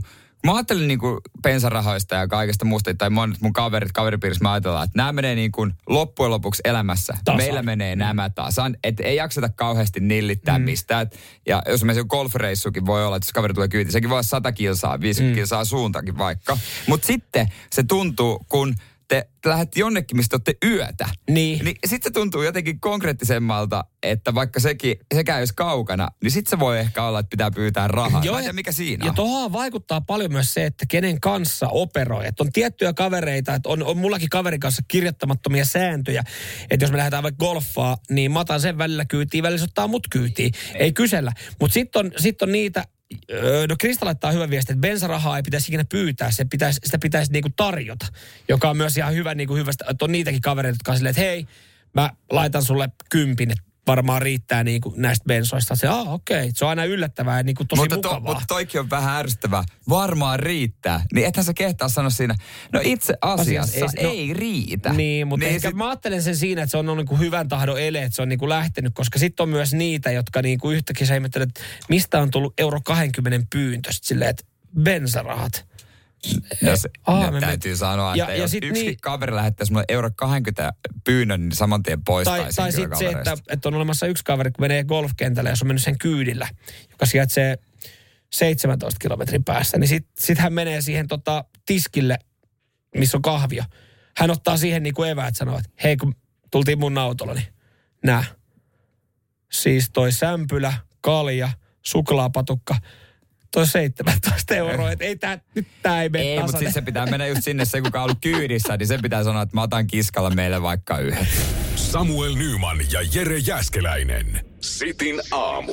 Speaker 2: mä ajattelin niin kuin bensarahoista ja kaikesta muusta, tai monet mun kaverit, kaveripiirissä mä ajatellaan, että nämä menee niin kuin loppujen lopuksi elämässä. Tasan. Meillä menee nämä tasan, että ei jakseta kauheasti nillittää mm. mistään. Ja jos me se golfreissukin voi olla, että jos kaveri tulee kyytiin, sekin voi olla sata kilsaa, viisikymmentä mm. kilsaa suuntaankin vaikka. Mutta sitten se tuntuu, kun te lähdette jonnekin, mistä olette yötä.
Speaker 3: Niin.
Speaker 2: Niin sitten se tuntuu jotenkin konkreettisemmalta, että vaikka sekin, sekään olisi kaukana, niin sitten se voi ehkä olla, että pitää pyytää rahaa. Joo, mä en tiedä, mikä siinä
Speaker 3: ja
Speaker 2: on.
Speaker 3: Ja tuohon vaikuttaa paljon myös se, että kenen kanssa operoi. Että on tiettyjä kavereita, että on, on mullakin kaverin kanssa kirjoittamattomia sääntöjä. Että jos me lähdetään vaikka golfaa, niin mä otan sen välillä kyytiin, välillä se ottaa mut kyytiin. Ei kysellä. Mutta sitten on, sit on niitä. No Krista laittaa hyvän viestin, että bensarahaa ei pitäisi ikinä pyytää, se pitäisi, sitä pitäisi niinku tarjota, joka on myös ihan hyvä, niinku hyvästä, että on niitäkin kavereita, jotka on silleen, että hei, mä laitan sulle kympin, että varmaan riittää niinku näistä bensoista. Se, ah, okei, okay. Se on aina yllättävää ja niinku tosi
Speaker 2: mutta
Speaker 3: mukavaa.
Speaker 2: To, mutta toikin on vähän ärsyttävää. Varmaan riittää. Niin ethän sä kehtaa sanoa siinä, no itse asiassa Asias, ei, ei no, riitä.
Speaker 3: Niin, mutta
Speaker 2: niin
Speaker 3: ehkä
Speaker 2: sit... mä
Speaker 3: ajattelen sen siinä, että se on, on niinku hyvän tahdon ele, että se on niinku lähtenyt, koska sitten on myös niitä, jotka niinku yhtäkkiä ihmettelee, että mistä on tullut euro kaksikymmentä pyyntö, silleen, että bensarahat.
Speaker 2: Ja se, Aa, me täytyy me... sanoa, että ja, jos ja yksi niin... kaveri lähettäisi mulle euro kaksikymmentä pyynnön, niin saman tien poistaisin.
Speaker 3: Tai, tai sitten se, että, että on olemassa yksi kaveri, kun menee golfkentälle, jos on mennyt sen kyydillä, joka sijaitsee seitsemäntoista kilometrin päässä, niin sitten sit hän menee siihen tota, tiskille, missä on kahvio. Hän ottaa siihen niin kuin eväät, sanoo, että hei, kun tultiin mun autolla, niin nää. Siis toi sämpylä, kalja, suklaapatukka, toi seitsemäntoista euroa, että ei tää, nyt tää ei mene
Speaker 2: Ei, mutta siis se pitää mennä just sinne, se kuka on ollut kyydissä, niin se pitää sanoa, että mä otan kiskalla meille vaikka yhden.
Speaker 1: Samuel Nyman ja Jere Jääskeläinen. Sitin aamu.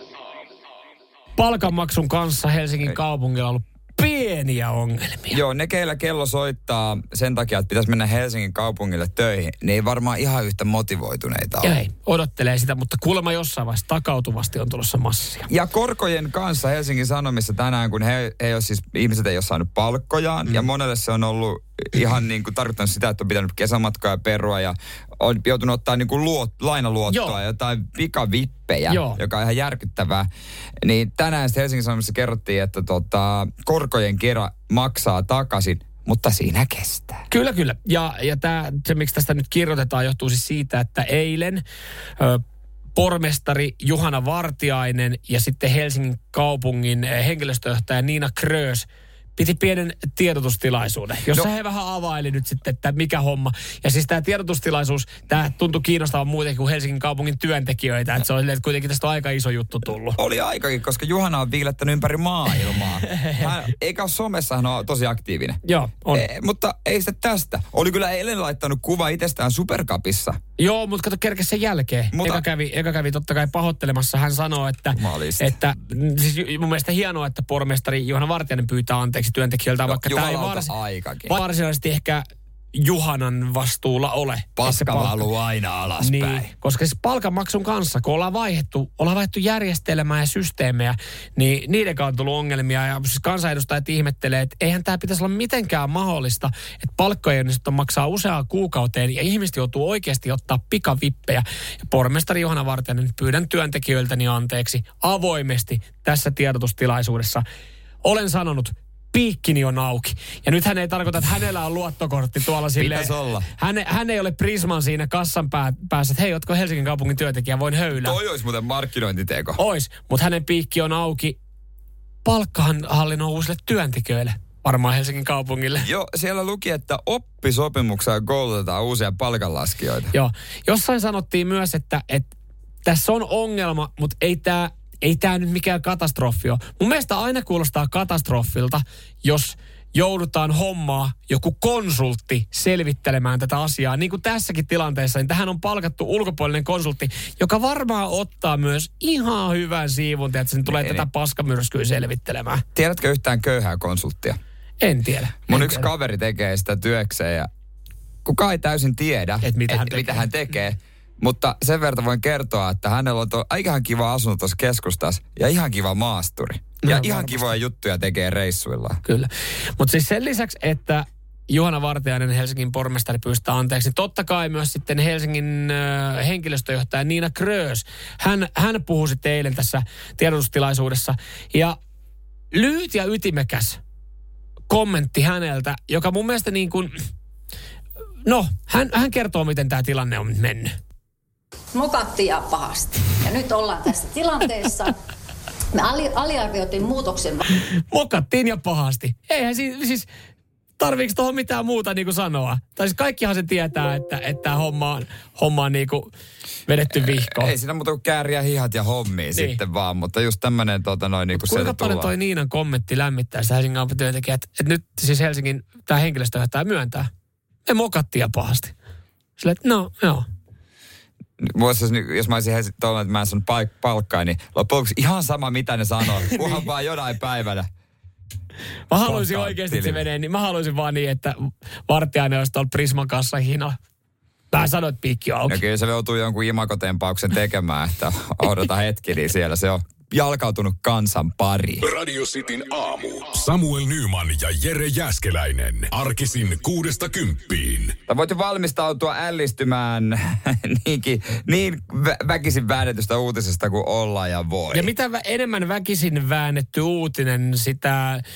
Speaker 3: Palkanmaksun kanssa Helsingin kaupungilla on ollut pieniä ongelmia.
Speaker 2: Joo, ne keillä kello soittaa sen takia, että pitäisi mennä Helsingin kaupungille töihin, niin ei varmaan ihan yhtä motivoituneita ole.
Speaker 3: Ei, odottelee sitä, mutta kuulemma jossain vaiheessa takautuvasti on tulossa massia.
Speaker 2: Ja korkojen kanssa Helsingin Sanomissa tänään, kun he, he ei siis, ihmiset ei ole saanut palkkojaan, mm. ja monelle se on ollut ihan niin kuin tarkoittanut sitä, että on pitänyt kesämatkaa perua ja on joutunut ottaa niin kuin luot, lainaluottoa ja jotain pikavippejä, Joo. joka on ihan järkyttävää. Niin tänään sitten Helsingin Sanomissa kerrottiin, että tota, korkojen kera maksaa takaisin, mutta siinä kestää.
Speaker 3: Kyllä, kyllä. Ja, ja tää, se, miksi tästä nyt kirjoitetaan, johtuu siis siitä, että eilen ö, pormestari Juhana Vartiainen ja sitten Helsingin kaupungin henkilöstöjohtaja Niina Kröös piti pienen tiedotustilaisuuden, jossa no. he vähän availi nyt sitten, että mikä homma. Ja siis tämä tiedotustilaisuus, tämä tuntui kiinnostavan muutenkin kuin Helsingin kaupungin työntekijöitä. Että se on silleen, että kuitenkin tästä on aika iso juttu tullut.
Speaker 2: Oli aikakin, koska Juhana on viilettänyt ympäri maailmaa. Hän, eikä ole somessa, hän on tosi aktiivinen.
Speaker 3: Joo, on.
Speaker 2: E, mutta ei sitä tästä. Oli kyllä eilen laittanut kuva itsestään Supercupissa.
Speaker 3: Joo, mutta kato, kerkesi sen jälkeen. Mutta... Eka, kävi, eka kävi totta kai pahoittelemassa. Hän sanoi, että, että siis mun mielestä hienoa, että pormestari Juhana Vartiainen pyytää anteeksi työntekijöiltä, no, vaikka tämä ei vars, varsinaisesti ehkä Juhanan vastuulla ole.
Speaker 2: Paska valuu aina alaspäin.
Speaker 3: Niin, koska siis palkanmaksun kanssa, kun ollaan vaihdettu, ollaan vaihdettu järjestelmää ja systeemejä, niin niiden kanssa on tullut ongelmia. Ja siis kansanedustajat ihmettelee, että eihän tämä pitäisi olla mitenkään mahdollista, että palkkoja on maksaa useaan kuukauteen ja ihmiset joutuu oikeasti ottaa pikavippejä. Ja pormestari Juhana Vartiainen, pyydän työntekijöiltäni anteeksi avoimesti tässä tiedotustilaisuudessa. Olen sanonut, piikkini on auki. Ja nyt hän ei tarkoita, että hänellä on luottokortti tuolla silleen.
Speaker 2: Pitäisi olla.
Speaker 3: Hän, hän ei ole Prisman siinä kassan pää, päässä, että hei, ootko Helsingin kaupungin työntekijä, voin höylää.
Speaker 2: Toi olisi muuten markkinointiteko.
Speaker 3: Ois, mutta hänen piikki on auki palkkahallinnon uusille työntekijöille. Varmaan Helsingin kaupungille.
Speaker 2: Joo, siellä luki, että oppisopimuksella koulutetaan uusia palkanlaskijoita.
Speaker 3: Joo, jossain sanottiin myös, että, että tässä on ongelma, mutta ei tämä Ei tämä nyt mikään katastrofi ole. Mun mielestä aina kuulostaa katastrofilta, jos joudutaan hommaa joku konsultti selvittelemään tätä asiaa. Niin kuin tässäkin tilanteessa, niin tähän on palkattu ulkopuolinen konsultti, joka varmaan ottaa myös ihan hyvän siivun, että sen tulee niin, tätä paskamyrskyä selvittelemään.
Speaker 2: Tiedätkö yhtään köyhää konsulttia?
Speaker 3: En tiedä.
Speaker 2: Mun
Speaker 3: en
Speaker 2: yksi
Speaker 3: tiedä.
Speaker 2: kaveri tekee sitä työkseen ja kukaan ei täysin tiedä,
Speaker 3: et mitä,
Speaker 2: et
Speaker 3: hän tekee.
Speaker 2: mitä hän tekee. Mutta sen verran voin kertoa, että hänellä on to, ihan kiva asunto tuossa keskustassa ja ihan kiva maasturi. Ja no, ihan varmasti. Kivoja juttuja tekee reissuillaan.
Speaker 3: Kyllä. Mutta siis sen lisäksi, että Juhana Vartiainen, Helsingin pormestari, pyytää anteeksi, niin totta kai myös sitten Helsingin äh, henkilöstöjohtaja Niina Kröös. Hän, hän puhui sitten eilen tässä tiedotustilaisuudessa. Ja lyhyt ja ytimekäs kommentti häneltä, joka mun mielestä niin kuin, no, hän, hän kertoo, miten tämä tilanne on mennyt.
Speaker 5: Mokattiin ja pahasti. Ja nyt ollaan tässä tilanteessa. Me ali, aliarvioitiin muutoksen.
Speaker 3: Mokattiin ja pahasti. Eihän siis, siis tarviiko tuohon mitään muuta niin kuin sanoa? Tai siis kaikkihan se tietää, että, että tämä homma on, homma on niin kuin vedetty vihkoon.
Speaker 2: Ei siinä muuta kuin kääriä hihat ja hommia niin. sitten vaan, mutta just tämmöinen tota noin niin kuin
Speaker 3: kuinka paljon toi Niinan kommentti lämmittää sitä Helsingin Aamun työntekijää, että, että nyt siis Helsingin tämä henkilöstö tämä myöntää. Me mokattiin ja pahasti. Silleen, että no, joo.
Speaker 2: Voisi, jos mä olisin tuolla, että mä en saanut paik- palkkaa, niin loppuksi ihan sama, mitä ne sanoo. Kunhan vaan jonain päivänä.
Speaker 3: Mä haluaisin oikeasti, että se menee niin. Mä haluaisin vaan niin, että Vartiainen olisi tuolla Prisman kanssa hina. Mä sanoin, että piikki on auki.
Speaker 2: No kyllä se joutuu jonkun imakotempauksen tekemään, että odota hetki, niin siellä se on jalkautunut kansan pariin.
Speaker 1: Radio Cityn aamu. Samuel Nyman ja Jere Jääskeläinen. Arkisin kuudesta kymppiin.
Speaker 2: Tai voit jo valmistautua ällistymään niinkin, niin vä- väkisin väännetystä uutisesta kuin olla ja voi.
Speaker 3: Ja mitä vä- enemmän väkisin väännetty uutinen, sitä äm,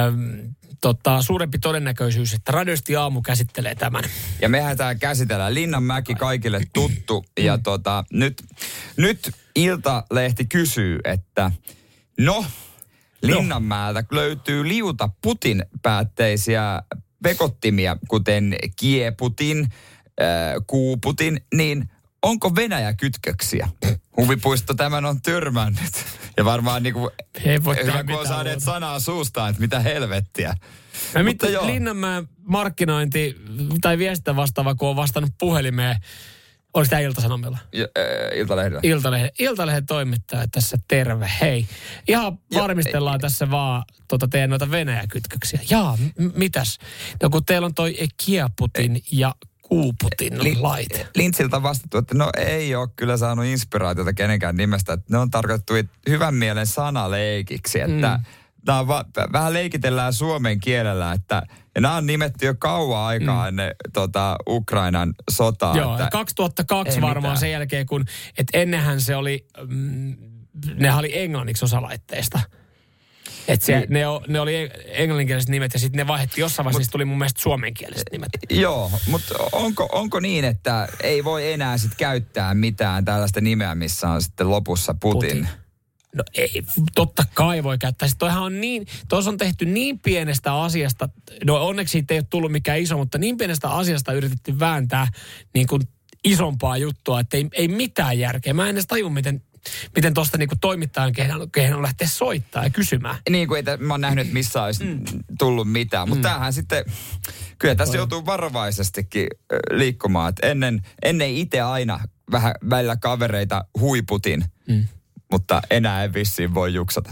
Speaker 3: tota, suurempi todennäköisyys, että radiosti aamu käsittelee tämän.
Speaker 2: Ja mehän tää käsitellään. Linnanmäki kaikille tuttu. Ja tota, nyt, nyt Iltalehti kysyy, että no, Linnanmäeltä löytyy liuta Putin päätteisiä pekottimia, kuten Kieputin, äh, Kuuputin, niin onko Venäjä kytköksiä? Huvipuisto tämän on tyrmännyt. Ja varmaan niinku, hyvä kun on saaneet sanaa suustaan, että mitä helvettiä.
Speaker 3: Ja mitä Linnanmäen markkinointi tai viestintä vastaava, kun on vastannut puhelimeen, oliko tämä Ilta-Sanomilla?
Speaker 2: Iltalehdellä.
Speaker 3: Iltalehden. Iltalehden toimittaja tässä, terve, hei. Ihan varmistellaan jo, tässä vaan tota, teidän noita Venäjä-kytköksiä. Jaa, m- mitäs? No kun teillä on toi Kieputin ja Kuuputin Li- laite.
Speaker 2: Lintsiltä vastattu, että no ei ole kyllä saanut inspiraatiota kenenkään nimestä. Että ne on tarkoitettu hyvän mielen sanaleikiksi, että mm. Nämä on va- vähän leikitellään suomen kielellä, että ja nämä on nimetty jo kauan aikaa mm. ennen tota, Ukrainan sotaa.
Speaker 3: Joo,
Speaker 2: että
Speaker 3: kaksituhattakaksi varmaan mitään. Sen jälkeen, kun että ennenhän se oli, mm, nehän oli englanniksi osalaitteista. Että se, niin. ne, ne oli englanninkieliset nimet ja sitten ne vaihdettiin jossain vaiheessa, mut, tuli mun mielestä suomenkieliset nimet.
Speaker 2: Joo, mutta onko, onko niin, että ei voi enää sitten käyttää mitään tällaista nimeä, missä on sitten lopussa Putin? Putin.
Speaker 3: No ei, totta kai voi käyttää. Sitten toihan on niin, tuossa on tehty niin pienestä asiasta, no onneksi siitä ei ole tullut mikään iso, mutta niin pienestä asiasta yritetty vääntää niin kuin isompaa juttua, että ei, ei mitään järkeä. Mä en edes taju, miten, miten tuosta niin kuin toimittajan kehon lähteä soittaa ja kysymään.
Speaker 2: Niin kuin, että mä oon nähnyt, että missä olisi mm. tullut mitään, mutta mm. tämähän sitten, kyllä tässä joutuu varovaisestikin liikkumaan, että ennen, ennen itse aina vähän välillä kavereita huiputin. Mm. Mutta enää ei vissiin voi juksata.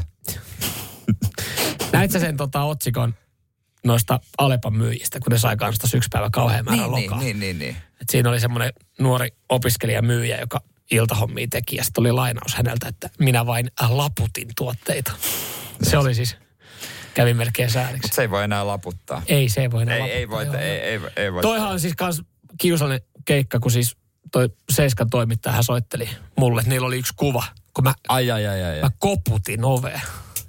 Speaker 3: Näit sä sen tota, otsikon noista Alepan myyjistä, kun ne sai kanssa yksi päivä kauhean määrä
Speaker 2: niin,
Speaker 3: lokaa.
Speaker 2: Niin, niin, niin.
Speaker 3: Et siinä oli semmoinen nuori opiskelija-myyjä, joka iltahommia teki. Ja sitten oli lainaus häneltä, että minä vain laputin tuotteita. Se oli siis, kävi melkein sääliksi.
Speaker 2: Mutta se ei voi enää laputtaa.
Speaker 3: Ei, se ei voi enää
Speaker 2: ei,
Speaker 3: laputtaa.
Speaker 2: Ei voi, ei, ei, ei voi.
Speaker 3: Toihan on siis kans kiusallinen keikka, kun siis toi Seiskan toimittaja hän soitteli mulle, että niillä oli yksi kuva. Kun mä,
Speaker 2: ai, ai, ai, ai.
Speaker 3: mä koputin ovea.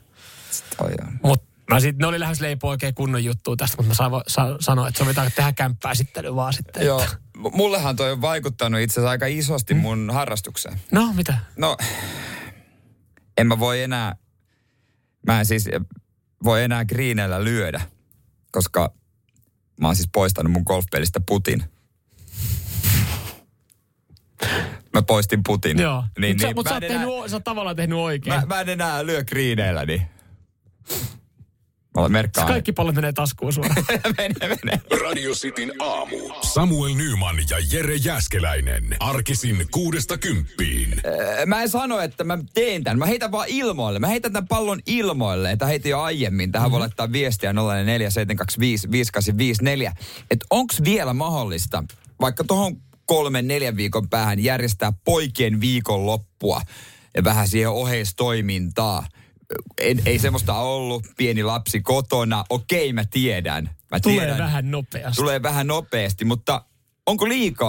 Speaker 3: Mutta mä sit, ne oli lähes leipoi oikein kunnon juttua tästä, mutta mä sa, sa, sanoin, että sovitaan tehdä kämppääsittely vaan sitten.
Speaker 2: Joo, että. Mullehan toi on vaikuttanut itse asiassa aika isosti mm. mun harrastukseen.
Speaker 3: No, mitä?
Speaker 2: No, en mä voi enää, mä en siis voi enää greeneillä lyödä, koska mä oon siis poistanut mun golfpelistä putin. Mä poistin Putin.
Speaker 3: Joo,
Speaker 2: niin,
Speaker 3: mutta
Speaker 2: niin,
Speaker 3: sä, sä, enää, sä oot tavallaan tehnyt oikein.
Speaker 2: Mä, mä en enää lyö greeneillä, niin mä olen merkkaan.
Speaker 3: Kaikki pallot menee taskuun suoraan.
Speaker 2: menee, menee.
Speaker 1: Radio Cityn aamu. Samuel Nyman ja Jere Jääskeläinen. Arkisin kuudesta kymppiin.
Speaker 2: Öö, mä en sano, että mä teen tämän. Mä heitän vaan ilmoille. Mä heitän tämän pallon ilmoille. Tämä heitin jo aiemmin. Tähän mm-hmm. voi laittaa viestiä nolla neljä seitsemän kaksi viisi viisi kahdeksan viisi neljä. Että onks vielä mahdollista, vaikka tohon kolmen, neljän viikon päähän järjestää poikien viikonloppua ja vähän siihen oheistoimintaa. En, ei semmoista ollut, pieni lapsi kotona. Okei, mä tiedän. Mä
Speaker 3: Tulee
Speaker 2: tiedän.
Speaker 3: vähän nopeasti.
Speaker 2: Tulee vähän nopeasti, mutta onko liikaa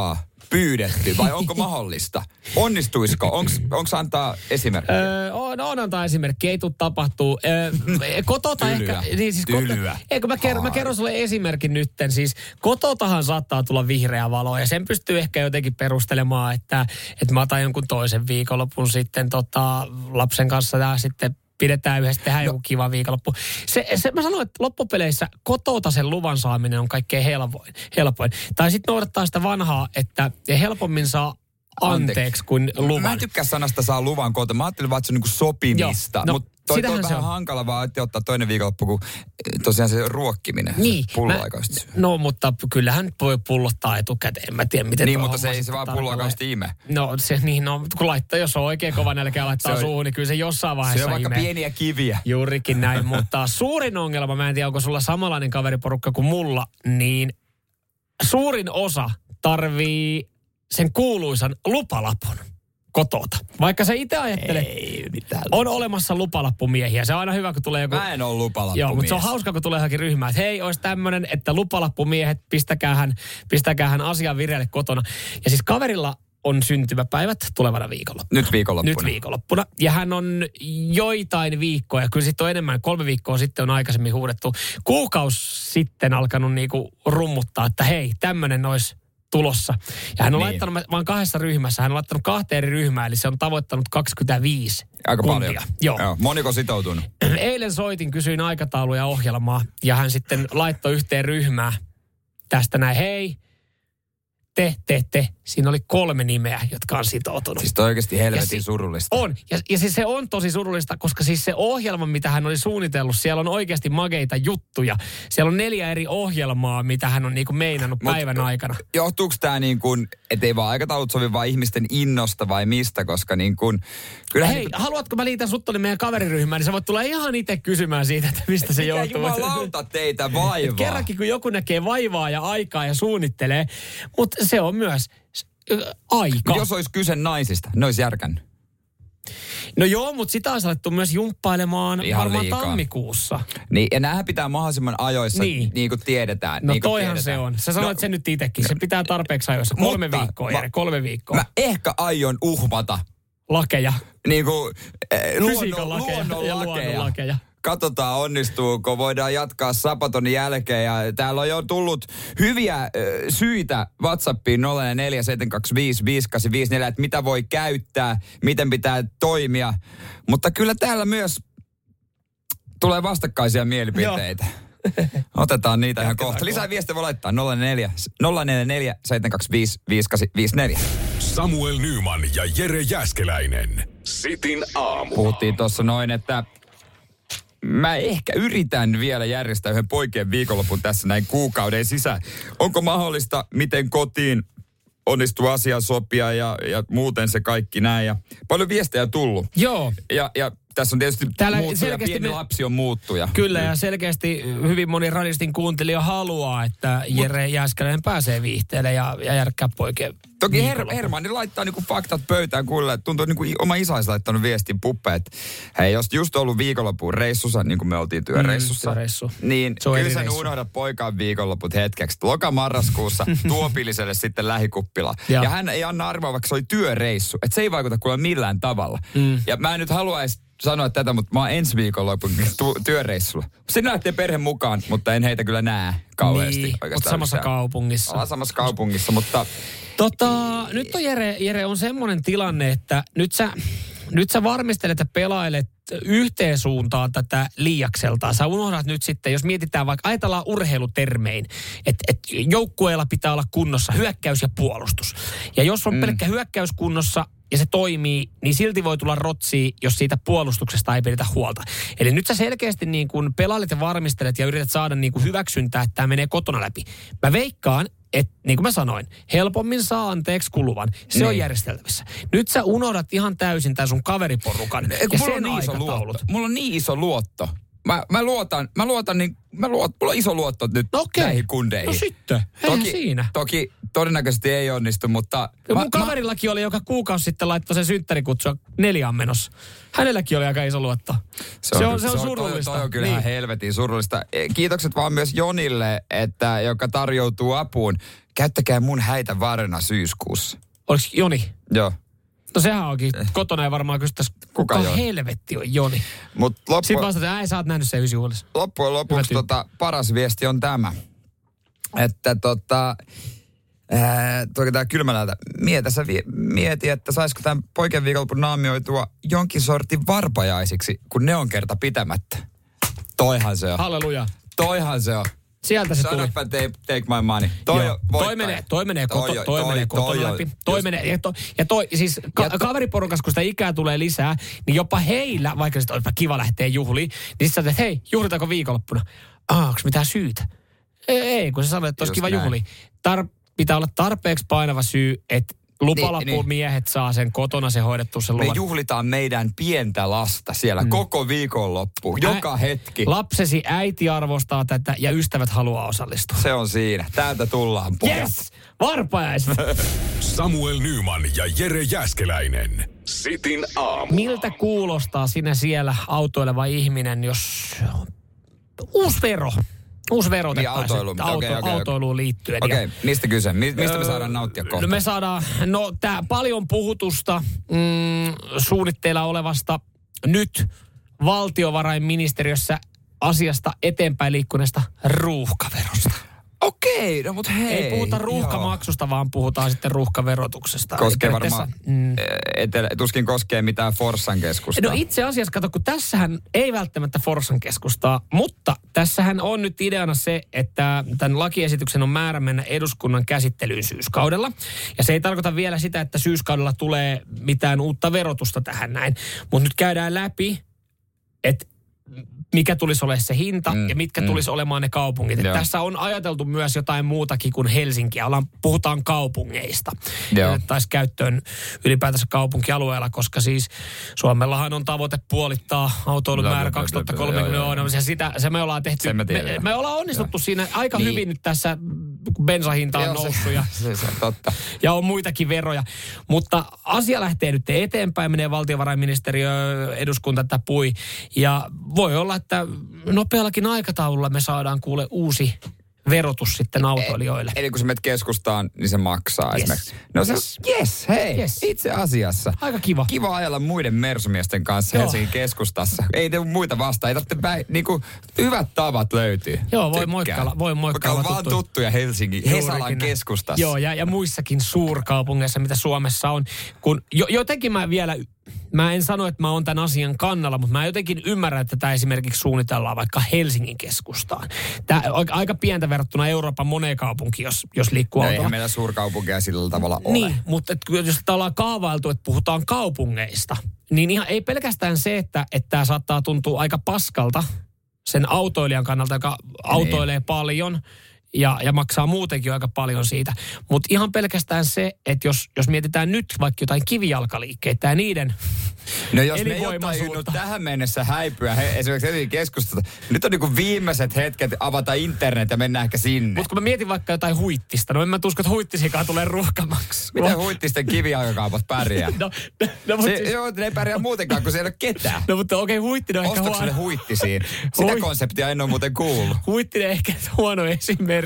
Speaker 2: pyydetty vai onko mahdollista? Onnistuisiko? Onko antaa esimerkkiä?
Speaker 3: Öö, on, on antaa esimerkki, ei tule tapahtuu. Öö, kotota
Speaker 2: Tylyä.
Speaker 3: ehkä... Niin siis
Speaker 2: Tylyä.
Speaker 3: Koto, eikö mä, kerron, mä kerron sulle esimerkin nytten. Siis kototahan saattaa tulla vihreä valo ja sen pystyy ehkä jotenkin perustelemaan, että, että mä otan jonkun toisen viikonlopun sitten tota, lapsen kanssa ja sitten pidetään yhdessä, tehdään no. joku kiva viikonloppu. Se, se, mä sanoin, että loppupeleissä kotota sen luvan saaminen on kaikkein helpoin. helpoin. Tai sitten noudattaa sitä vanhaa, että helpommin saa anteeksi, anteeksi kuin luvan.
Speaker 2: Mä en tykkää sanasta saa luvan kotona. Mä ajattelin vaan, että se on niinku sopimista.
Speaker 3: No,
Speaker 2: mutta toi, toi on vähän hankala vaan, että ottaa toinen viikonloppu, kun tosiaan se ruokkiminen.
Speaker 3: Niin.
Speaker 2: Se pulloaikaisesti.
Speaker 3: No, mutta kyllähän voi pullottaa etukäteen. En mä tiedä, miten
Speaker 2: niin, mutta se ei se vaan pulloaikaisesti ime.
Speaker 3: No, se niin, no, kun laittaa, jos on oikein kova nälkä ja laittaa on, suuhun, niin kyllä se jossain vaiheessa
Speaker 2: se on vaikka
Speaker 3: ime.
Speaker 2: pieniä kiviä.
Speaker 3: Juurikin näin, mutta suurin ongelma, mä en tiedä, onko sulla samanlainen kaveriporukka kuin mulla, niin suurin osa tarvii sen kuuluisan lupalapun kotota. Vaikka sä itse ajattelet,
Speaker 2: ei, mitään
Speaker 3: on olemassa lupalappumiehiä. Se on aina hyvä, kun tulee joku...
Speaker 2: Mä en ole lupalappumies.
Speaker 3: Joo, mutta se on hauska, kun tulee johonkin ryhmään, että hei, olisi tämmöinen, että lupalappumiehet, pistäkäähän, pistäkäähän asian vireille kotona. Ja siis kaverilla on syntymäpäivät tulevana viikonloppuna.
Speaker 2: Nyt viikonloppuna.
Speaker 3: Nyt viikonloppuna. Ja hän on joitain viikkoja, kyllä sitten on enemmän, kolme viikkoa sitten on aikaisemmin huudettu, kuukausi sitten alkanut niinku rummuttaa, että hei, tämmöinen olisi tulossa. Ja hän on niin. laittanut vaan kahdessa ryhmässä. Hän on laittanut kahteen eri ryhmään, eli se on tavoittanut kaksikymmentäviisi
Speaker 2: Aika
Speaker 3: kuntia.
Speaker 2: paljon.
Speaker 3: Joo.
Speaker 2: Joo. Moniko sitoutunut?
Speaker 3: Eilen soitin, kysyin aikataulua ja ohjelmaa, ja hän sitten laittoi yhteen ryhmään tästä näin, hei, te, te, te. Siinä oli kolme nimeä, jotka on sitoutunut.
Speaker 2: Siis toi oikeasti helvetin
Speaker 3: si-
Speaker 2: surullista.
Speaker 3: On. Ja, ja siis se on tosi surullista, koska siis se ohjelma, mitä hän oli suunnitellut, siellä on oikeasti mageita juttuja. Siellä on neljä eri ohjelmaa, mitä hän on niinku meinannut Mut, päivän aikana.
Speaker 2: Johtuuko tämä niin kuin, ettei vaan aikataulut sovi vaan ihmisten innosta vai mistä, koska niin kuin...
Speaker 3: Hei, niin kuin... haluatko mä liitän sut tuonne meidän kaveriryhmään, niin sä voit tulla ihan itse kysymään siitä, että mistä se johtuu.
Speaker 2: Mikä jumalauta teitä vaivaa.
Speaker 3: Kerrankin, kun joku näkee vaivaa ja aikaa ja suunnittelee, mutta se on myös aika.
Speaker 2: Jos olisi kyse naisista, ne olisi järkännyt.
Speaker 3: No joo, mutta sitä olisi alettu myös jumppailemaan ihan varmaan liikaa. Tammikuussa.
Speaker 2: Niin, ja näähän pitää mahdollisimman ajoissa, niin, niin kuin tiedetään.
Speaker 3: No
Speaker 2: niin kuin
Speaker 3: toihan
Speaker 2: tiedetään.
Speaker 3: se on. Sä sanoit no, sen nyt itsekin. Se pitää tarpeeksi ajoissa. Kolme mutta, viikkoa, Jere, kolme viikkoa.
Speaker 2: Mä ehkä aion uhmata.
Speaker 3: Lakeja.
Speaker 2: Niin kuin eh,
Speaker 3: luonnon, lakeja
Speaker 2: luonnon
Speaker 3: ja
Speaker 2: lakeja.
Speaker 3: luonnon lakeja.
Speaker 2: Katsotaan onnistuuko, voidaan jatkaa Sapatonin jälkeen ja täällä on jo tullut hyviä äh, syitä WhatsAppiin nolla neljä seitsemän kaksi viisi viisi kahdeksan viisi neljä, että mitä voi käyttää, miten pitää toimia, mutta kyllä täällä myös tulee vastakkaisia mielipiteitä. Otetaan niitä ihan kohta. Lisää viestiä voi laittaa nolla neljä neljä seitsemän kaksi viisi viisi kahdeksan viisi neljä.
Speaker 1: Samuel Nyman ja Jere Jääskeläinen. Sitin aamu.
Speaker 2: Puhuttiin tuossa noin, että mä ehkä yritän vielä järjestää yhden poikien viikonlopun tässä näin kuukauden sisään. Onko mahdollista, miten kotiin onnistuu asia sopia ja, ja muuten se kaikki näin. Ja paljon viestejä tullut.
Speaker 3: Joo.
Speaker 2: Ja, ja tässä on tietysti muuttuja, pieni me... lapsi on muuttuja.
Speaker 3: Kyllä, ja selkeästi hyvin moni radistin kuuntelija haluaa, että Jere Mut... Jääskeläinen pääsee viihteelle ja, ja järkkää poikien.
Speaker 2: Toki Her- Hermanni laittaa niinku faktat pöytään kuulle, että tuntuu niinku oma isä olisi laittanut viestin puppe, että hei, jos just ollut viikonloppuun reissussa, niin kuin me oltiin työreissussa, mm, työreissu. niin kyllä sä unohdat poikaan viikonloput hetkeksi. Loka-marraskuussa Tuopilliselle sitten lähikuppila. Ja. ja hän ei anna arvoa, vaikka se oli työreissu. Että se ei vaikuta kuule millään tavalla. Mm. Ja mä en nyt halua edes sanoa tätä, mutta mä oon ensi viikonlopun tu- työreissulla. Sinne lähtee perhe mukaan, mutta en heitä kyllä näe kauheasti.
Speaker 3: Niin, mutta samassa lisää. kaupungissa.
Speaker 2: Ollaan samassa kaupungissa, mutta...
Speaker 3: Tota, nyt on Jere, Jere on semmoinen tilanne, että nyt sä, nyt sä varmistelet ja pelailet yhteen suuntaan tätä liiakseltaan. Sä unohdat nyt sitten, jos mietitään vaikka, ajatellaan urheilutermein, että et joukkueella pitää olla kunnossa hyökkäys ja puolustus. Ja jos on mm. pelkkä hyökkäys kunnossa ja se toimii, niin silti voi tulla rotsia, jos siitä puolustuksesta ei pidetä huolta. Eli nyt sä selkeästi niin kuin pelailet ja varmistelet ja yrität saada niin kuin hyväksyntää, että tämä menee kotona läpi. Mä veikkaan, että niin kuin mä sanoin, helpommin saa anteeksi kuluvan. Se niin. on järjesteltävissä. Nyt sä unohdat ihan täysin tämän sun kaveriporukan
Speaker 2: Eiku,
Speaker 3: ja
Speaker 2: mulla
Speaker 3: sen
Speaker 2: on niin iso
Speaker 3: aikataulut.
Speaker 2: Mulla on niin iso luotto. Mä, mä luotan, mä luotan niin, mä luotan, mulla on iso luotto nyt
Speaker 3: okay.
Speaker 2: näihin kundeihin.
Speaker 3: No sitten, eihän
Speaker 2: toki,
Speaker 3: siinä.
Speaker 2: Toki todennäköisesti ei onnistu, mutta...
Speaker 3: Mun
Speaker 2: mä,
Speaker 3: kaverillakin oli, joka kuukausi sitten laittoi sen synttärikutsua neljään menossa. Hänelläkin oli aika iso luotto. Se on, se on, se on surullista.
Speaker 2: Toi, toi on kyllä ihan
Speaker 3: niin.
Speaker 2: helvetin surullista. Kiitokset vaan myös Jonille, että, joka tarjoutuu apuun. Käyttäkää mun häitä varna syyskuussa.
Speaker 3: Oliko Joni?
Speaker 2: Joo.
Speaker 3: No sehän onkin. Kotona ei varmaan kysyttäisi, kuka, kuka helvetti on Joni.
Speaker 2: Mut loppu...
Speaker 3: Sitten vastataan, että sä oot nähnyt sen ysijuhlissa.
Speaker 2: Loppujen lopuksi tota, paras viesti on tämä. Että tota... Toki tää kylmälältä. Mieti, sä vie, mieti, että saisiko tämän poikien viikonlopun naamioitua jonkin sortin varpajaisiksi, kun ne on kerta pitämättä. Toihan se on.
Speaker 3: Halleluja.
Speaker 2: Toihan se on.
Speaker 3: Sieltä se tuli.
Speaker 2: Sanopä take, take my money. Toi,
Speaker 3: toi menee, toi menee koto, toi, toi, menee koto toi, läpi. Toi just. menee, ja toi, ja toi siis ka- kaveriporukas, kun sitä ikää tulee lisää, niin jopa heillä, vaikka sitten olisipa kiva lähteä juhliin, niin sitten sä että hei, juhlitaanko viikonloppuna? Ah, onko mitään syytä? Ei, ei kun sä sanoit, että olisi kiva juhli. Tar- pitää olla tarpeeksi painava syy, että lupalapumiehet niin, saa sen kotona se hoidettu sen luvan.
Speaker 2: Me juhlitaan meidän pientä lasta siellä mm. koko viikonloppu, joka Ä- hetki.
Speaker 3: Lapsesi äiti arvostaa tätä ja ystävät haluaa osallistua.
Speaker 2: Se on siinä. Täältä tullaan pojat.
Speaker 3: Yes! Varpajaiset!
Speaker 1: Samuel Nyman ja Jere Jääskeläinen. Sitin aamu.
Speaker 3: Miltä kuulostaa sinä siellä autoileva ihminen, jos uusi vero? Uusi vero
Speaker 2: niin, autoiluun.
Speaker 3: Auto,
Speaker 2: okay, okay,
Speaker 3: autoiluun liittyen.
Speaker 2: Okei, okay, mistä kyse? Mistä me saadaan nauttia kohta?
Speaker 3: No me saadaan, no tää paljon puhutusta mm, suunnitteilla olevasta nyt valtiovarainministeriössä asiasta eteenpäin liikkuneesta ruuhkaverosta.
Speaker 2: Okei, no mut hei.
Speaker 3: Ei puhuta ruuhkamaksusta, joo. vaan puhutaan sitten ruuhkaverotuksesta.
Speaker 2: Koskee varmaan, mm. etelä, tuskin koskee mitään Forssan keskustaa.
Speaker 3: No itse asiassa, kato, kun tässähän ei välttämättä Forssan keskustaa, mutta tässähän on nyt ideana se, että tämän lakiesityksen on määrä mennä eduskunnan käsittelyyn syyskaudella. Ja se ei tarkoita vielä sitä, että syyskaudella tulee mitään uutta verotusta tähän näin. Mutta nyt käydään läpi, että mikä tulisi olemaan se hinta mm, ja mitkä mm. tulisi olemaan ne kaupungit. Tässä on ajateltu myös jotain muutakin kuin Helsinkiä. Ollaan, puhutaan kaupungeista. Taisi käyttöön ylipäätänsä kaupunkialueella, koska siis Suomellahan on tavoite puolittaa autoilun no, määrä kaksituhattakolmekymmentä. Ja sitä, se me ollaan tehty. Me, me, me ollaan onnistuttu jo. siinä aika niin. hyvin nyt tässä, kun bensahinta on Joo, noussut. Ja,
Speaker 2: se, se on totta.
Speaker 3: Ja on muitakin veroja. Mutta asia lähtee nyt eteenpäin, menee valtiovarainministeriö, eduskunta tätä pui. Ja voi olla, että nopeallakin aikataululla me saadaan kuule uusi verotus sitten autoilijoille.
Speaker 2: Eli kun sä menet keskustaan, niin se maksaa
Speaker 3: yes.
Speaker 2: esimerkiksi. No se, yes, yes hei, yes. itse asiassa.
Speaker 3: Aika kiva.
Speaker 2: Kiva ajella muiden mersumiesten kanssa Joo. Helsingin keskustassa. Ei te muita vastaan, ei tarvitse päin, niinku hyvät tavat löytyy.
Speaker 3: Joo, voi moikkailla, voi moikkailla.
Speaker 2: Vaikka on vaan tuttuja Helsingin, Hesalan keskustassa.
Speaker 3: Joo, ja, ja muissakin suurkaupungeissa, mitä Suomessa on. Kun jo, jotenkin mä vielä... Mä en sano, että mä oon tämän asian kannalla, mutta mä jotenkin ymmärrän, että tämä esimerkiksi suunnitellaan vaikka Helsingin keskustaan. Tämä on aika pientä verrattuna Euroopan moneen kaupunkiin, jos, jos liikkuu
Speaker 2: no
Speaker 3: autolla.
Speaker 2: Eihän meillä suurkaupunkeja sillä tavalla ole.
Speaker 3: Niin, mutta et, jos täällä ollaan kaavailtu, että puhutaan kaupungeista, niin ihan ei pelkästään se, että tämä saattaa tuntua aika paskalta sen autoilijan kannalta, joka niin. autoilee paljon, Ja, ja maksaa muutenkin aika paljon siitä. Mutta ihan pelkästään se, että jos, jos mietitään nyt vaikka jotain kivijalkaliikkeitä ja niiden
Speaker 2: no jos ne ei ole tajunnut tähän mennessä häipyä he, esimerkiksi Helsingin keskustasta, nyt on niinku viimeiset hetket avata internet ja mennä ehkä sinne.
Speaker 3: Mutta kun mä mietin vaikka jotain Huittista, no en mä usko, että Huittisikaan tulee ruuhkamaksu.
Speaker 2: Miten Huittisten kivijalkakaupat pärjää? no, no, no, se, siis... Joo, ne ei pärjää muutenkaan, kun siellä ei ole ketään.
Speaker 3: No mutta okei, okay, Huittinen on ehkä huono.
Speaker 2: Ostatko Huittisiin? Sitä Hui... konseptia en ole muuten kuullut.
Speaker 3: Huittinen ehkä huono esimerkki.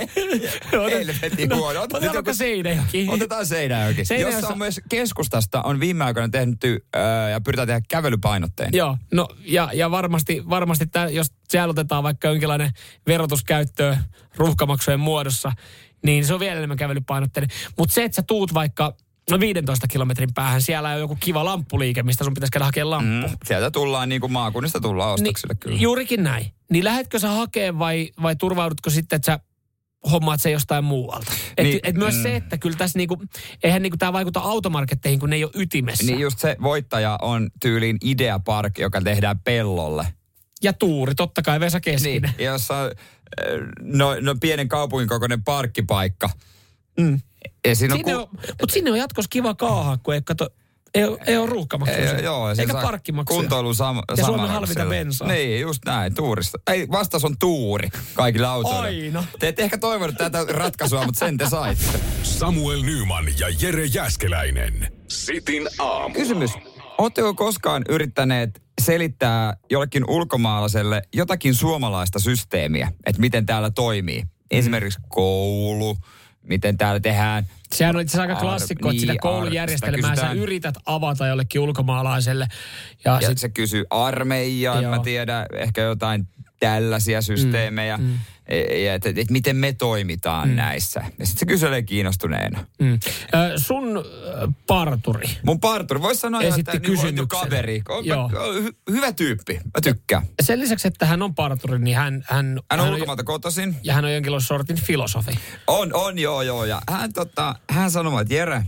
Speaker 2: Helvetin huono.
Speaker 3: Otetaanko Seinäjoki?
Speaker 2: Otetaan Seinäjoki. Jossa on myös keskustasta on viime aikoina tehty äh, ja pyritään tehdä kävelypainottein.
Speaker 3: Joo, no ja, ja varmasti, varmasti tää, jos siellä otetaan vaikka jonkinlainen verotuskäyttöön ruuhkamaksujen muodossa, niin se on vielä enemmän kävelypainotteinen. Mutta se, että sä tuut vaikka no viidentoista kilometrin päähän, siellä on joku kiva lamppuliike, mistä sun pitäisi käydä hakemaan lamppu. Mm,
Speaker 2: sieltä tullaan niin kuin maakunnista tullaan ostoksille
Speaker 3: niin,
Speaker 2: kyllä.
Speaker 3: Juurikin näin. Niin lähetkö sä hakemaan vai, vai turvaudutko sitten, että sä hommaat se jostain muualta? Niin, et, et myös mm. se, että kyllä tässä niinku, eihän niinku tää vaikuta automarketteihin, kun ne ei ole ytimessä.
Speaker 2: Niin just se voittaja on tyyliin Idea Park, joka tehdään pellolle.
Speaker 3: Ja Tuuri, totta kai Vesa Keskinen.
Speaker 2: Niin, jossa on no, no pienen kaupungin kokoinen parkkipaikka.
Speaker 3: Mm.
Speaker 2: Sinne
Speaker 3: on, ku... on, mutta sinne on jatkossa kiva kaahaa, kun ei, kato, Ei, ei ole ruuhkamaksuja.
Speaker 2: Ei, joo,
Speaker 3: eikä parkkimaksuja.
Speaker 2: Kuntoilun sam-
Speaker 3: ja Suomen halvinta bensaa.
Speaker 2: Niin, just näin, tuurista. Ei, vastaus on tuuri kaikille autoille.
Speaker 3: Aina.
Speaker 2: Te ette ehkä toivonut tätä ratkaisua, mutta sen te saitte.
Speaker 1: Samuel Nyman ja Jere Jääskeläinen. Sitin aamu.
Speaker 2: Kysymys. Oletteko koskaan yrittäneet selittää jollekin ulkomaalaiselle jotakin suomalaista systeemiä, että miten täällä toimii? Esimerkiksi koulu, miten täällä tehdään.
Speaker 3: Sehän on itse asiassa aika klassikko, että sitä
Speaker 2: Niin,
Speaker 3: koulujärjestelmää
Speaker 2: ar-
Speaker 3: sä yrität avata jollekin ulkomaalaiselle. Ja,
Speaker 2: Ja
Speaker 3: sit,
Speaker 2: se kysyy armeijaa,
Speaker 3: Joo.
Speaker 2: mä tiedän, ehkä jotain tällaisia systeemejä. Mm, mm. Että et, et miten me toimitaan mm. näissä. Ja sitten se kyselee kiinnostuneena.
Speaker 3: mm. Ö, sun ö, parturi.
Speaker 2: Mun parturi, voisi sanoa, jo,
Speaker 3: Esitti
Speaker 2: että niin
Speaker 3: kysymyksen.
Speaker 2: kaveri. On,
Speaker 3: Joo.
Speaker 2: on, hy, hyvä tyyppi, mä tykkään.
Speaker 3: Sen lisäksi, että hän on parturi, niin hän... Hän,
Speaker 2: Hän on
Speaker 3: hän
Speaker 2: ulkomailta kotoisin.
Speaker 3: Ja hän on jonkinlainen sortin filosofi.
Speaker 2: On, on, joo, joo. Ja hän, tota, hän sanoi, että Jere,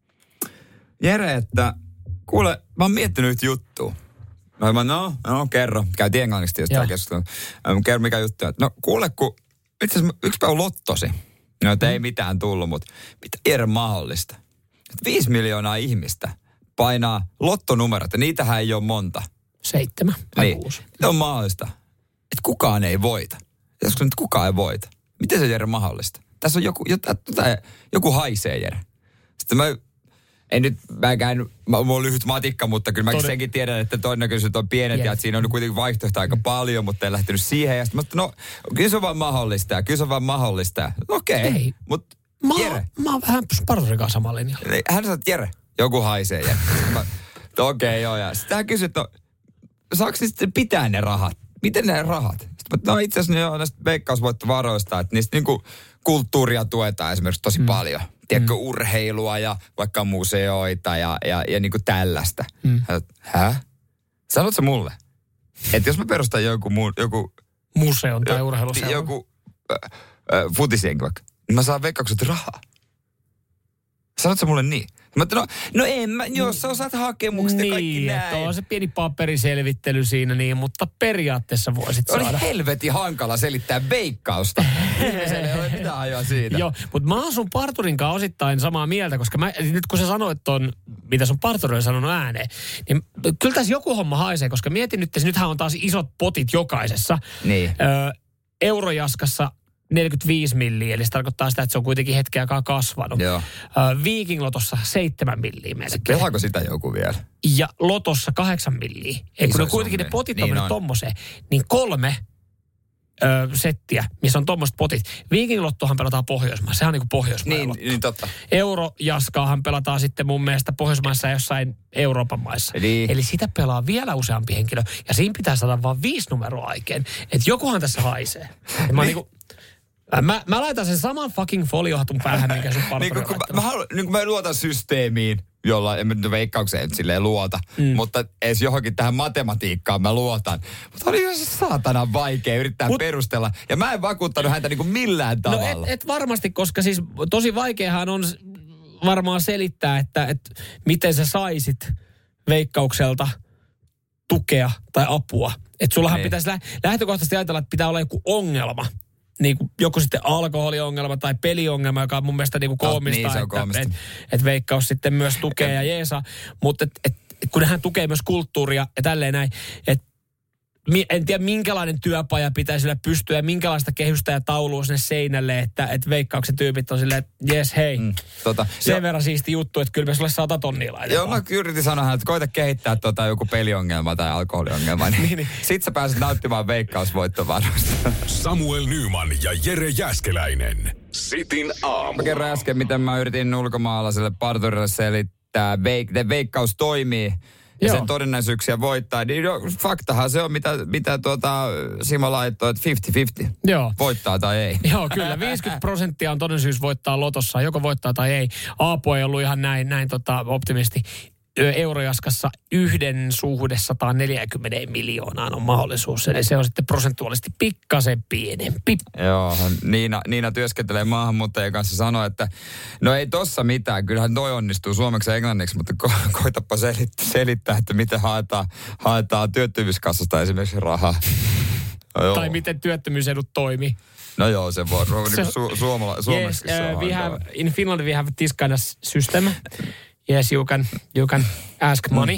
Speaker 2: Jere, että kuule, mä oon miettinyt yhtä juttua. No, mä, no, no, kerro. Käytiin englanniksi tietysti tämä keskustelu. Ähm, kerro, mikä juttu. No, kuule, kun itse asiassa yksi päivä lottosi. No, että ei mitään tullut, mutta mitä Jere mahdollista? Että viisi miljoonaa ihmistä painaa lottonumerot, ja niitähän ei ole monta.
Speaker 3: Seitsemän vai
Speaker 2: Niin.
Speaker 3: kuusi.
Speaker 2: Miten on mahdollista, että kukaan ei voita? Joskus nyt kukaan ei voita. Miten se, Jere, mahdollista? Tässä on joku, jotain, jotain, joku haisee, Jere. Sitten mä, en nyt, mäkään, mä, mulla on lyhyt matikka, mutta kyllä mä
Speaker 3: Todella.
Speaker 2: senkin tiedän, että todennäköisyydet on pienet
Speaker 3: Yes.
Speaker 2: ja että siinä on kuitenkin vaihtoehto aika paljon, mutta en lähtenyt siihen. Ja sitten mä sanoin, no, kyllä se on vaan mahdollista ja kyllä se on vaan mahdollista. Okei,
Speaker 3: Ei.
Speaker 2: mutta
Speaker 3: Mä,
Speaker 2: Jere.
Speaker 3: mä oon vähän parturin kanssa samalla linjalla.
Speaker 2: Niin, hän sanoi, että Jere, joku haisee. Jere. Mä, okei, okay, joo. Ja sitten hän kysyi, että no, saako sitten pitää ne rahat? Miten ne rahat? Sitten mä, no itse asiassa ne on näistä veikkausvoittovaroista, että niistä niinku kulttuuria tuetaan esimerkiksi tosi mm. paljon. Tiedätkö, mm. urheilua ja vaikka museoita ja, ja, ja niinku tällaista. Mm. Hä? Sanotko mulle, että jos mä perustan joku, muu, joku,
Speaker 3: Museon tai urheiluseuran.
Speaker 2: joku äh, äh, futisjenki vaikka, niin mä saan veikkaukset rahaa. Sanotko mulle niin? Mä että no, no en mä, jos sä osaat hakemukset ja kaikki
Speaker 3: Niin, että
Speaker 2: näin.
Speaker 3: on se pieni paperiselvittely siinä niin, mutta periaatteessa voisit
Speaker 2: Oli
Speaker 3: saada.
Speaker 2: helvetin hankala selittää veikkausta. Ihmiselle ei ole mitään ajoa siitä.
Speaker 3: Joo, mutta mä oon sun parturin kanssa osittain samaa mieltä, koska mä, nyt kun sä sanoit ton, mitä sun parturi on sanonut ääneen, niin kyllä tässä joku homma haisee, koska mietin nyt, että nythän on taas isot potit jokaisessa.
Speaker 2: Niin.
Speaker 3: Ö, Eurojaskassa neljäkymmentäviisi milliä, eli se tarkoittaa sitä, että se on kuitenkin hetken aikaa kasvanut.
Speaker 2: Joo.
Speaker 3: Ö, Viking Lotossa seitsemän milliä melkein.
Speaker 2: Pelaako sitä joku vielä?
Speaker 3: Ja Lotossa kahdeksan milliä. Ei, kun ne kuitenkin ne
Speaker 2: summia.
Speaker 3: potit on
Speaker 2: Niin
Speaker 3: mennyt
Speaker 2: on.
Speaker 3: tommoseen. Niin kolme ö, settiä, missä on tommoset potit. Viking Lottohan pelataan Pohjoismaissa. Sehän on niinku Pohjoismainen
Speaker 2: Niin,
Speaker 3: lotto.
Speaker 2: niin totta.
Speaker 3: Eurojaskaahan pelataan sitten mun mielestä Pohjoismaissa ja jossain Euroopan maissa.
Speaker 2: Eli-
Speaker 3: Eli sitä pelaa vielä useampi henkilö. Ja siinä pitää saada vaan viisi numeroa aikeen. Että jokuhan tässä haisee. Ja mä, niinku, mä, mä laitan sen saman fucking foliohatun päähän, minkä sun parturi
Speaker 2: Niin
Speaker 3: on
Speaker 2: kun, kun, mä,
Speaker 3: laittanut.
Speaker 2: mä, haluan, niin kun mä luotan systeemiin, jolla en mä nyt veikkaukseen nyt silleen luota, mm. mutta edes johonkin tähän matematiikkaan mä luotan. Mutta oli jo se saatanan vaikea yrittää
Speaker 3: Mut-
Speaker 2: perustella. Ja mä en vakuuttanut häntä niin kuin millään
Speaker 3: No
Speaker 2: tavalla.
Speaker 3: et, et varmasti, koska siis tosi vaikeahan on s- varmaan selittää, että et miten sä saisit Veikkaukselta tukea tai apua. Että sullahan
Speaker 2: Niin.
Speaker 3: pitäisi lä- lähtökohtaisesti ajatella, että pitää olla joku ongelma. Niin kuin joku sitten alkoholiongelma tai peliongelma, joka on mun mielestä niin kuin koomista,
Speaker 2: niin, se on
Speaker 3: että
Speaker 2: koomista.
Speaker 3: et, et Veikkaus sitten myös tukee ja jeesaa. Mutta et, et, et kun hän tukee myös kulttuuria ja tälleen näin, että mi- en tiedä minkälainen työpaja pitäisi sille pystyä ja minkälaista kehystä ja taulua sinne seinälle, että et Veikkauksen tyypit on silleen, että jes hei, mm.
Speaker 2: Tota,
Speaker 3: sen
Speaker 2: jo-
Speaker 3: verran siisti juttu, että kyllä me sulle sata tonnia laitetaan.
Speaker 2: Joo, mä yritin sanoa hänelle, että koita kehittää tota joku peliongelma tai alkoholiongelma. Niin, niin, niin. Sit sä pääset nauttimaan veikkausvoittovaroista.
Speaker 1: Samuel Nyman ja Jere Jääskeläinen. Sitin aamu.
Speaker 2: Mä kerron äsken, miten mä yritin ulkomaalaiselle parturille selittää, veik- että veikkaus toimii. Ja
Speaker 3: Joo.
Speaker 2: sen todennäköisyyksiä voittaa. Niin no, faktahan se on, mitä, mitä tuota Simo laittoi, että viisikymmentä viisikymmentä.
Speaker 3: Joo.
Speaker 2: Voittaa tai ei.
Speaker 3: Joo, kyllä. viisikymmentä prosenttia on todennäköisyys voittaa lotossa, joko voittaa tai ei. Aapo ei ollut ihan näin, näin tota optimisti. Ö, Eurojaskassa yhden suhde sata neljäkymmentä miljoonaan on mahdollisuus. Eli se on sitten prosentuaalisesti pikkasen pienempi.
Speaker 2: Joo, Niina, Niina työskentelee maahanmuuttajien kanssa, sanoi, että no ei tossa mitään, kyllähän toi onnistuu suomeksi ja englanniksi, mutta ko- koitapa selittää, selittää, että miten haetaan, haetaan työttömyyskassasta esimerkiksi rahaa. No, joo.
Speaker 3: Tai miten työttömyysedut toimii.
Speaker 2: No joo, se voi niin
Speaker 3: Se-
Speaker 2: su- suomala- suomeksi.
Speaker 3: Yes,
Speaker 2: se on
Speaker 3: uh, we
Speaker 2: hankala.
Speaker 3: have, in Finland we have this kind of system. Yes, you can, you can Ask money.
Speaker 2: Mm.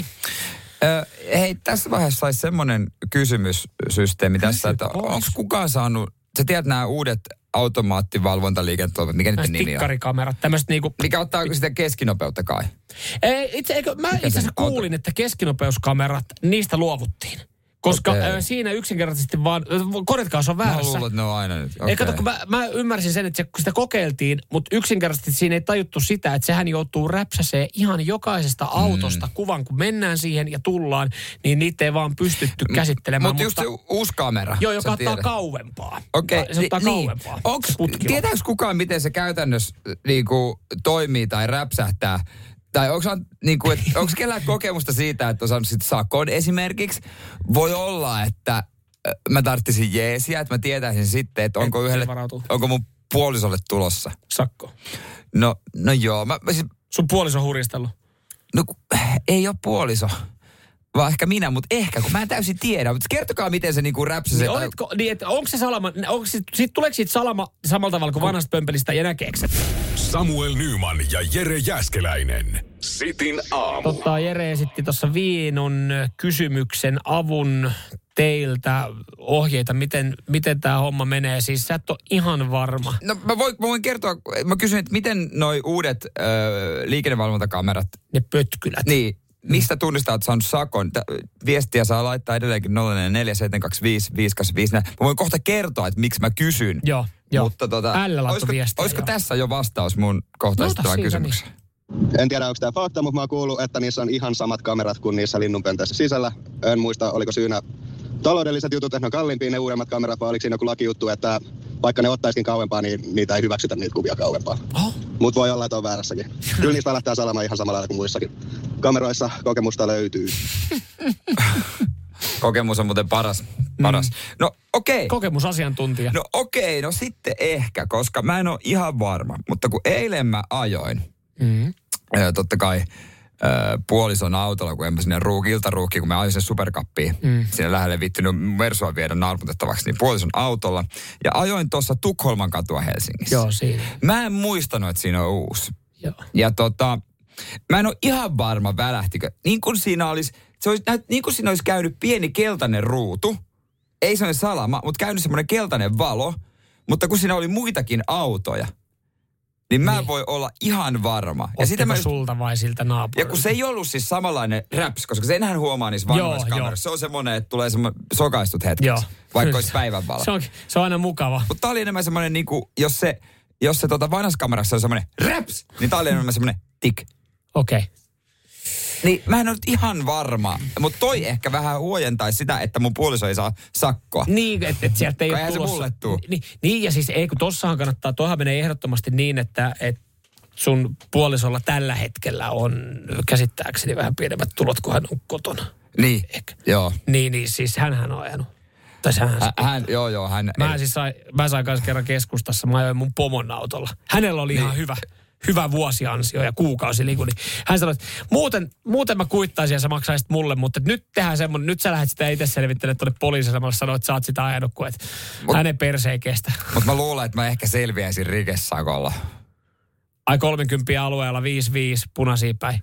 Speaker 2: Ö, hei, tässä vaiheessa saisi semmoinen kysymyssysteemi tässä, että onko kukaan saanut, sä tiedät nämä uudet automaattivalvontaliiketoimet, mikä nyt nimi on?
Speaker 3: Tikkarikamerat, tämmöiset niinku...
Speaker 2: Mikä ottaa sitä keskinopeutta kai?
Speaker 3: Ei, itse, eikö, mä itse asiassa kuulin, että keskinopeuskamerat, niistä luovuttiin. Koska okay. ä, siinä yksinkertaisesti vaan, korjatkaa, se on väärässä. Mä
Speaker 2: luulen, että ne on aina nyt. Okay.
Speaker 3: Ei kato, kun mä, mä ymmärsin sen, että se, kun sitä kokeiltiin, mutta yksinkertaisesti siinä ei tajuttu sitä, että sehän joutuu räpsäseen ihan jokaisesta autosta mm. kuvan, kun mennään siihen ja tullaan, niin niitä ei vaan pystytty käsittelemään.
Speaker 2: Mut mutta just se uusi kamera.
Speaker 3: Joo, joka ottaa tiedät. kauempaa.
Speaker 2: Okei, okay.
Speaker 3: Se ottaa
Speaker 2: niin.
Speaker 3: kauempaa.
Speaker 2: Onks, tietääkö kukaan, miten se käytännössä niinku, toimii tai räpsähtää? Tai onko niinku, kellään kokemusta siitä, että on saanut sit sakon esimerkiksi? Voi olla, että äh, mä tarttisin jeesiä, että mä tietäisin sitten, että onko, yhdelle, onko mun puolisolle tulossa.
Speaker 3: Sakko.
Speaker 2: No, no joo. Mä, mä siis,
Speaker 3: sun puoliso huristellut?
Speaker 2: No ei ole puoliso. Vaan ehkä minä, mutta ehkä, kun mä en täysin tiedä. Mutta kertokaa, miten se niinku räpsäsee.
Speaker 3: Niin, oletko, niin, että onko se salama, onko se, sit, tuleeko siitä salama samalla tavalla kuin vanhasta pömpelistä ja näkeekö se?
Speaker 1: Samuel Nyman ja Jere Jääskeläinen. Sitin aamu.
Speaker 3: Totta, Jere esitti tuossa Viinon kysymyksen avun teiltä ohjeita, miten, miten tämä homma menee. Siis sä et ole ihan varma.
Speaker 2: No mä voin, mä voin kertoa, mä kysyn, että miten noi uudet ö, liikennevalvontakamerat.
Speaker 3: Ne pötkylät.
Speaker 2: Niin. Mistä tunnistaa, että saanut sakon? Viestiä saa laittaa edelleenkin nolla neljä seitsemän kaksi viisi viisi kaksi viisi. Mä voin kohta kertoa, että miksi mä kysyn.
Speaker 3: Joo, joo.
Speaker 2: Mutta tota, olisiko, viestiä, olisiko tässä jo vastaus mun kohta esittävään kysymykseen?
Speaker 6: Niin. En tiedä, onko tämä fakta, mutta mä oon kuullut, että niissä on ihan samat kamerat kuin niissä linnunpönteissä sisällä. En muista, oliko syynä taloudelliset jutut, että ne on kalliimpia ne uudemmat kamerat, vai oliko siinä joku lakijuttu, että vaikka ne ottaisikin kauempaa, niin niitä ei hyväksytä niitä kuvia kauempaa. Oh. Mutta voi olla, että on väärässäkin. Kyllä niistä lähtee salamaan ihan samalla lailla kuin muissakin kameroissa. Kokemusta löytyy.
Speaker 2: Kokemus on muuten paras. paras. Mm. No okei. Okay.
Speaker 3: Kokemusasiantuntija.
Speaker 2: No okei, okay, no sitten ehkä, koska mä en ole ihan varma. Mutta kun eilen mä ajoin, mm. ja totta kai Ö, puolison autolla, kun enpä sinne ruuki, iltaruuki, kun mä ajoin sen superkappiin. Mm. Sinne lähelle viittynyt Mersua viedä naarmutettavaksi, niin puolison autolla. Ja ajoin tuossa Tukholman katua Helsingissä.
Speaker 3: Joo, siinä.
Speaker 2: Mä en muistanut, että siinä on uusi.
Speaker 3: Joo.
Speaker 2: Ja tota, mä en ole ihan varma välähtikö. Niin kuin siinä olisi, se olisi, niin kuin siinä olisi käynyt pieni keltainen ruutu. Ei se ole salama, mutta käynyt semmoinen keltainen valo. Mutta kun siinä oli muitakin autoja, niin mä en voi olla ihan varma.
Speaker 3: Ja sitä mä just, sulta vai siltä naapurilta?
Speaker 2: Ja kun se ei ollut siis samanlainen räps, koska se enhän huomaa niissä vanhoissa kamerassa. Se on semmoinen, että tulee semmoinen sokaistut hetket, joo. Vaikka olisi päivänvalo.
Speaker 3: Se on, se on aina mukava.
Speaker 2: Mutta tää oli enemmän semmoinen, niin kuin, jos se, jos se tota vanhassa kamerassa on semmoinen räps, niin tää oli enemmän semmoinen tik.
Speaker 3: Okei. Okay.
Speaker 2: Niin mä en ole ihan varma, mutta toi ehkä vähän huojentaisi sitä, että mun puoliso ei saa sakkoa.
Speaker 3: Niin, että et sieltä ei ole tulossa.
Speaker 2: Se mulle tuu.
Speaker 3: Niin, niin, ja siis ei, kun tossahan kannattaa, toihan menee ehdottomasti niin, että et sun puolisolla tällä hetkellä on käsittääkseni vähän pienemmät tulot, kun hän on kotona.
Speaker 2: Niin,
Speaker 3: ehkä.
Speaker 2: Joo.
Speaker 3: Niin, niin siis hänhän on ajanut. Tai hän,
Speaker 2: hän, hän joo, joo, hän...
Speaker 3: Mä ei. siis sain, mä sain kanssa kerran keskustassa, mä ajoin mun pomon autolla. Hänellä oli niin. ihan hyvä. Hyvä vuosiansio ja kuukausi liiku, niin hän sanoi, että muuten, muuten mä kuittaisin ja sä maksaisit mulle, mutta nyt tehdään semmoinen, nyt sä lähdet sitä itse selvittelemään tuonne poliisisamalle sanoa, että sä oot sitä ajanut, kun et mut, hänen perse ei kestä.
Speaker 2: Mutta mä luulen, että mä ehkä selviäisin rikesakolla.
Speaker 3: Ai kolmekymmentä alueella viisi viisi punaisia päin.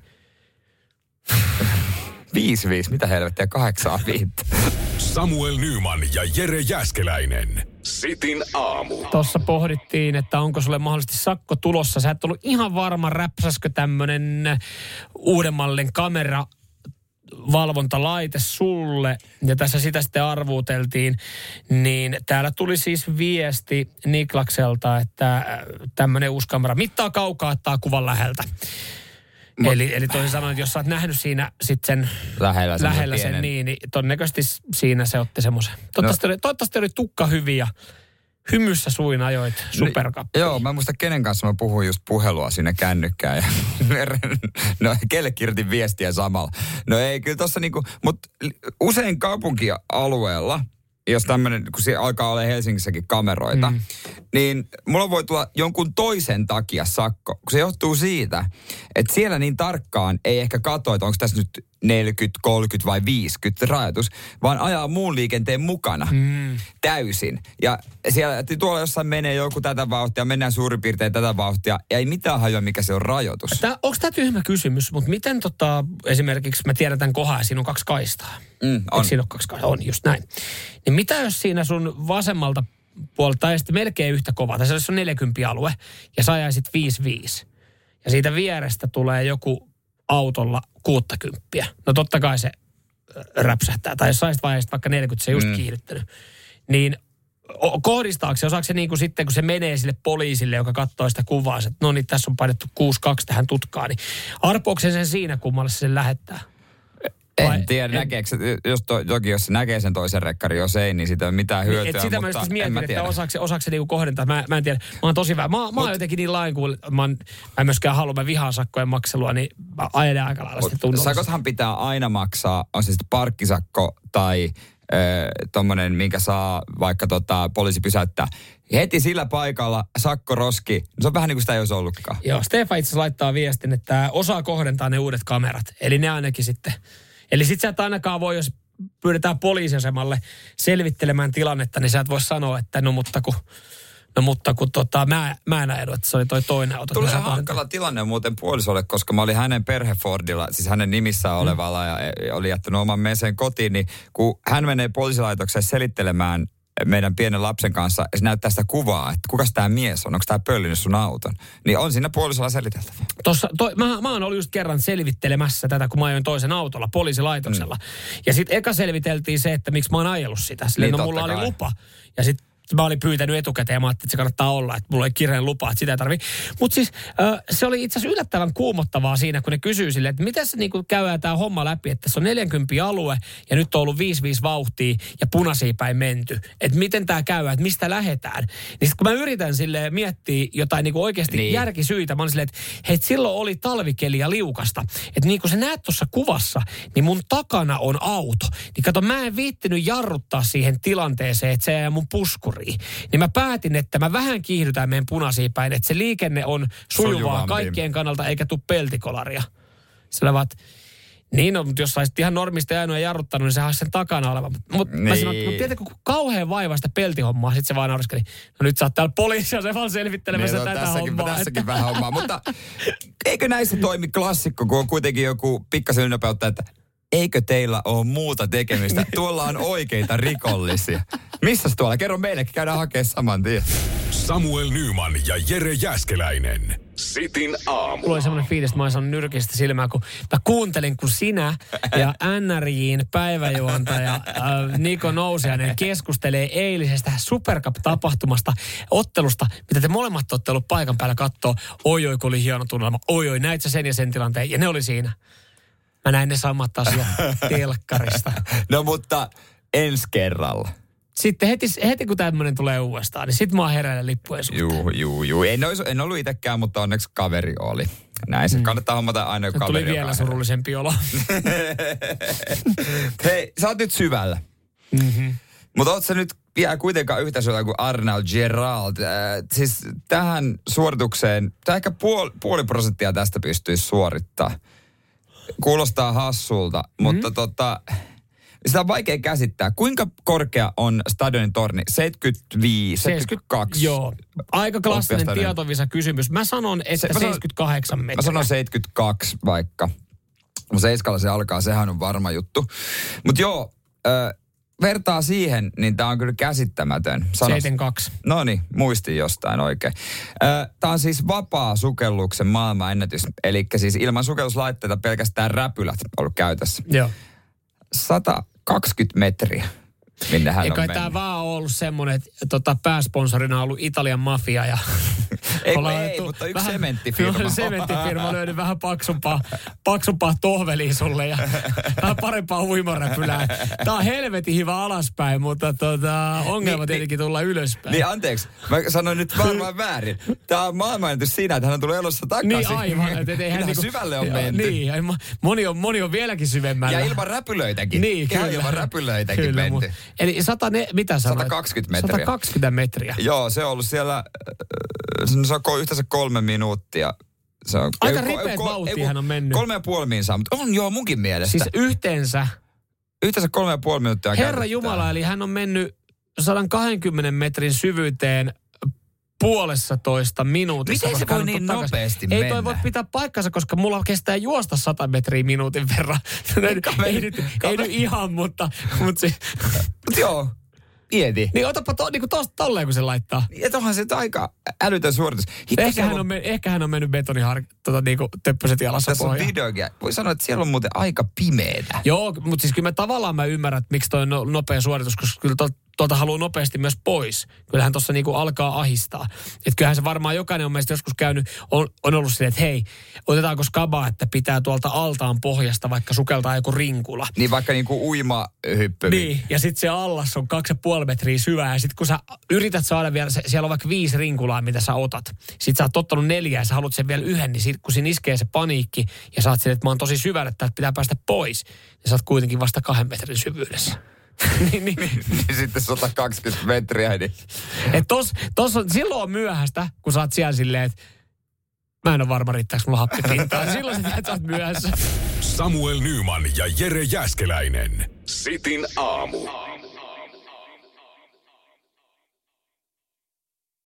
Speaker 2: viisi viisi, mitä helvettiä, kahdeksan viittä.
Speaker 1: Samuel Nyman ja Jere Jääskeläinen. Sitin aamu.
Speaker 3: Tuossa pohdittiin, että onko sulle mahdollisesti sakko tulossa. Sä et ollut ihan varma, räpsäskö tämmönen uudemmallinen kamera valvontalaite sulle, ja tässä sitä sitten arvuuteltiin, niin täällä tuli siis viesti Niklakselta, että tämmöinen uusi kamera mittaa kaukaa, ottaa kuvan läheltä. Mut, eli, eli toisin sanoen, että jos sä oot nähnyt siinä sitten sen
Speaker 2: lähellä,
Speaker 3: lähellä sen niin, niin todennäköisesti siinä se otti semmoisen. Toivottavasti, no. oli, toivottavasti oli tukka hyviä. Hymyssä suin ajoit superkappiin.
Speaker 2: Joo, mä en muista kenen kanssa mä puhuin just puhelua siinä kännykkään. Ja no kelle kirjoitin viestiä samalla. No ei, kyllä tossa niinku, mutta usein kaupunkialueella jos tämmöinen, kun siellä alkaa olla Helsingissäkin kameroita, mm. niin mulla voi tulla jonkun toisen takia sakko, kun se johtuu siitä, että siellä niin tarkkaan ei ehkä katso, että onko tässä nyt neljäkymmentä, kolmekymmentä vai viisikymmentä rajoitus, vaan ajaa muun liikenteen mukana mm. täysin. Ja siellä tuolla jossain menee joku tätä vauhtia, mennään suurin piirtein tätä vauhtia, ja ei mitään hajua, mikä se on rajoitus. Tää,
Speaker 3: onko tämä tyhmä kysymys, mutta miten tota, esimerkiksi, mä tiedän tämän kohan, siinä on kaksi kaistaa.
Speaker 2: Mm, on.
Speaker 3: Eikö siinä ole kaksi kaistaa? On, just näin. Niin mitä jos siinä sun vasemmalta puolelta, tai sitten melkein yhtä kovaa, tai se on neljäkymmentä alue, ja sä ajaisit viisi viisi. Ja siitä vierestä tulee joku autolla kuuttakymppiä. No totta kai se räpsähtää. Tai jos saisit vaiheesta vaikka neljäkymmentä, se just mm. kiihdyttänyt. Niin kohdistaako se, osaako se niin kuin sitten, kun se menee sille poliisille, joka katsoo sitä kuvaa, että no niin, tässä on painettu kuusi kaksi tähän tutkaan, niin arpoako se sen siinä, kummalle se sen lähettää?
Speaker 2: En
Speaker 3: Vai,
Speaker 2: tiedä, en, näkeekö se, jos to, jokin, jos se näkee sen toisen rekkarin, jos ei, niin siitä ei ole mitään hyötyä,
Speaker 3: et sitä
Speaker 2: mutta
Speaker 3: mä mietin,
Speaker 2: en mä tiedä.
Speaker 3: Että osaako se, osaako se niinku kohdentaa. Mä, mä en tiedä. Mä oon tosi vähän. Mä, mä oon jotenkin niin lainkuulla, mä, mä en myöskään halua, mä vihaan sakkojen makselua, niin mä ajelen aika lailla sitten tunnollisesti.
Speaker 2: Sakothan pitää aina maksaa, on se sitten parkkisakko tai äh, tommonen, minkä saa vaikka tota, poliisi pysäyttää. Heti sillä paikalla sakkoroski, se on vähän niin kuin sitä ei olisi ollutkaan.
Speaker 3: Joo, Stefan itse laittaa viestin, että osaa kohdentaa ne uudet kamerat. Eli ne ainakin sitten. Eli sit sä et ainakaan voi, jos pyydetään poliisiasemalle selvittelemään tilannetta, niin sä et voi sanoa, että no mutta kun, no mutta kun tota, mä, mä en ajatellut, että se oli toi toinen auto.
Speaker 2: Tuli se hankala tilanne muuten puolisolle, koska mä olin hänen perhefordilla, siis hänen nimissään olevalla mm. ja oli jättänyt oman meseen kotiin, niin kun hän menee poliisilaitokseen selittelemään meidän pienen lapsen kanssa, ja se näyttää sitä kuvaa, että kukas tämä mies on, onko tämä pöllinyt sun auton. Niin on siinä puolisolla seliteltävä.
Speaker 3: Tossa, toi, mä, mä oon ollut just kerran selvittelemässä tätä, kun mä ajoin toisen autolla poliisilaitoksella. Mm. Ja sitten eka selviteltiin se, että miksi mä oon ajellut sitä. Silleen, niin, no mulla kai oli lupa. Ja sitten mä olin pyytänyt etukäteen ja mä ajattelin, että se kannattaa olla, että mulla oli kirjallinen lupa, että sitä ei tarvitse. Mutta siis äh, se oli itse asiassa yllättävän kuumottavaa siinä, kun ne kysyy silleen, että miten se niinku käydään tämä homma läpi, että tässä on neljäkymmentä alue ja nyt on ollut viisi viisi vauhtia ja punaisia päin menty. Että miten tämä käy, että mistä lähdetään. Niin sitten kun mä yritän silleen miettiä jotain niinku oikeasti niin. järkisyitä, mä olin silleen, että hei, silloin oli talvikeli ja liukasta. Että niin kuin sä näet tuossa kuvassa, niin mun takana on auto. Niin kato, mä en viittinyt jarruttaa siihen tilanteeseen, että se jää mun puskuriin. Niin mä päätin, että mä vähän kiihdytään meidän punaisiin päin, että se liikenne on sujuvaa kaikkien kannalta, eikä tule peltikolaria. Sillä vaan, niin no, mutta jos saisit ihan normista ja ainoa jarruttanut, niin se olisi sen takana oleva. Mutta niin. Mä sanoin, mutta tiedätkö, kun kauhean vaivaista peltihommaa, sitten se vaan nauriskeli. No nyt sä oot täällä poliisiasemalla selvittelemässä niin, no, tätä tässäkin, hommaa.
Speaker 2: Tässäkin että... vähän hommaa, mutta eikö näissä toimi klassikko, kun on kuitenkin joku pikkasen nopeutta, että eikö teillä ole muuta tekemistä? Tuolla on oikeita rikollisia. Missäs tuolla? Kerro meillekin, käydään hakemaan saman tien.
Speaker 1: Samuel Nyman ja Jere Jääskeläinen. Sitin aamu.
Speaker 3: Mulla oli semmoinen fiilis, että mä olisin nyrkistä silmää, kun mä kuuntelin, kun sinä ja N R J:n päiväjuontaja äh, Niko Nousiainen keskustelee eilisestä Super Cup-tapahtumasta, ottelusta, mitä te molemmat olette ollut paikan päällä kattoo. Oi, oi, kun oli hieno tunnelma. Oi, oi, näit sä sen ja sen tilanteen. Ja ne oli siinä. Mä näin ne samat asiat telkkarista.
Speaker 2: No mutta ensi kerralla.
Speaker 3: Sitten heti, heti kun tämmöinen tulee uudestaan, niin sit mä oon heräillä lippujen suhteen.
Speaker 2: Juu, juu, juu. En, olisi, en ollut itsekään, mutta onneksi kaveri oli. Näin se mm. kannattaa hommata aina joku kaveri.
Speaker 3: Tuli vielä surullisempi olo.
Speaker 2: Hei, sä oot nyt syvällä.
Speaker 3: Mm-hmm.
Speaker 2: Mutta oot sä nyt vielä kuitenkaan yhtä syvällä kuin Arnaud Gerald. Äh, siis tähän suoritukseen, tämä ehkä puoli, puoli prosenttia tästä pystyisi suorittamaan. Kuulostaa hassulta, mm-hmm. mutta tota... Sitä on vaikea käsittää. Kuinka korkea on stadionin torni? seitsemänkymmentäviisi, seitsemänkymmentäkaksi?
Speaker 3: Joo. Aika klassinen tietovisa kysymys. Mä sanon, että se, seitsemänkymmentäkahdeksan metriä.
Speaker 2: Mä sanon seitsemänkymmentäkaksi vaikka. Seiskalla se alkaa, sehän on varma juttu. Mutta joo, äh, vertaa siihen, niin tää on kyllä käsittämätön.
Speaker 3: seitsemänkymmentäkaksi.
Speaker 2: No niin, muistin jostain oikein. Äh, tää on siis vapaa sukelluksen maailmanennätys. Eli siis ilman sukelluslaitteita pelkästään räpylät ollut käytössä.
Speaker 3: Joo.
Speaker 2: sata kaksikymmentä metriä, minne hän
Speaker 3: Eikä
Speaker 2: on mennyt.
Speaker 3: Tämä vaan on ollut semmoinen, että tota, pääsponsorina on ollut Italian mafia ja
Speaker 2: Ei, ei mutta yksi sementtifirma.
Speaker 3: Sementtifirma löydy vähän paksumpaa, paksumpaa tohveliin sulle ja vähän parempaa uimaräpylää. Tää on helvetin hyvä alaspäin, mutta tota, ongelma niin, tietenkin tulla ylöspäin.
Speaker 2: Niin anteeksi, mä sanoin nyt varmaan väärin. Tää on maailmanennätys siinä, että hän on tullut elossa takaisin.
Speaker 3: Niin aivan. Että eihän niinku,
Speaker 2: syvälle on menty.
Speaker 3: Niin, moni on, moni on vieläkin syvemmällä.
Speaker 2: Ja ilman räpylöitäkin.
Speaker 3: Niin,
Speaker 2: kyllä. Ilman räpylöitäkin kyllä, menty.
Speaker 3: Eli sata, ne, mitä sanoit?
Speaker 2: sata kaksikymmentä metriä.
Speaker 3: sata kaksikymmentä metriä.
Speaker 2: Joo, se on ollut siellä, se on yhteensä kolme minuuttia. Se on,
Speaker 3: aika
Speaker 2: ei,
Speaker 3: ripeät vauhtia hän on mennyt.
Speaker 2: Kolme ja puoli minsaa, mutta on joo munkin mielestä.
Speaker 3: Siis yhteensä.
Speaker 2: Yhteensä kolme ja puoli minuuttia.
Speaker 3: Herra Jumala, eli hän on mennyt sata kaksikymmentä metrin syvyyteen puolessa toista minuutissa.
Speaker 2: Miten se voi niin takas. nopeasti
Speaker 3: Ei
Speaker 2: mennä?
Speaker 3: toi voi pitää paikkansa, koska mulla kestää juosta sata metriä minuutin verran. ei, ei, nyt, ei nyt ihan, mutta... mutta se...
Speaker 2: Mut joo. Mieti.
Speaker 3: Niin otapa to, niin tosta tolleen, kun se laittaa.
Speaker 2: Niin, että onhan se aika älytön suoritus.
Speaker 3: Ehkä hän, on, ehkä hän on mennyt betonihar, tota, niinku, töppöset jalassa
Speaker 2: tässä
Speaker 3: pohjaan.
Speaker 2: On videokin. Voi sanoa, että siellä on muuten aika pimeetä.
Speaker 3: Joo, mutta siis kyllä mä tavallaan mä ymmärrän, että miksi toi on no, nopea suoritus, koska kyllä to, tuolta haluaa nopeasti myös pois. Kyllähän tuossa niinku alkaa ahistaa. Että kyllähän se varmaan jokainen on meistä joskus käynyt, on, on ollut silleen, että hei, otetaanko skabaa, että pitää tuolta altaan pohjasta vaikka sukeltaa joku rinkula.
Speaker 2: Niin vaikka niinku uimahyppy.
Speaker 3: Niin, ja sitten se allas on kaksi ja puoli metriä syvää, ja sitten kun sä yrität saada vielä, se, siellä on vaikka viisi rinkulaa, mitä sä otat. Sitten sä oot ottanut neljä ja sä haluat sen vielä yhden, niin sit, kun siinä iskee se paniikki, ja sä oot silleen, että mä oon tosi syvällä, että pitää päästä pois, niin sä oot kuitenkin vasta kahden metrin syvyydessä.
Speaker 2: niin, niin, niin sitten sata kaksikymmentä metriä. Niin.
Speaker 3: Et tos, tos on, silloin on myöhäistä, kun sä oot siellä silleen, että mä en ole varma, riittääkö mulla happipintaa. Silloin sä tiedät, että sä oot myöhässä.
Speaker 1: Samuel Nyman ja Jere Jääskeläinen. Sitin aamu.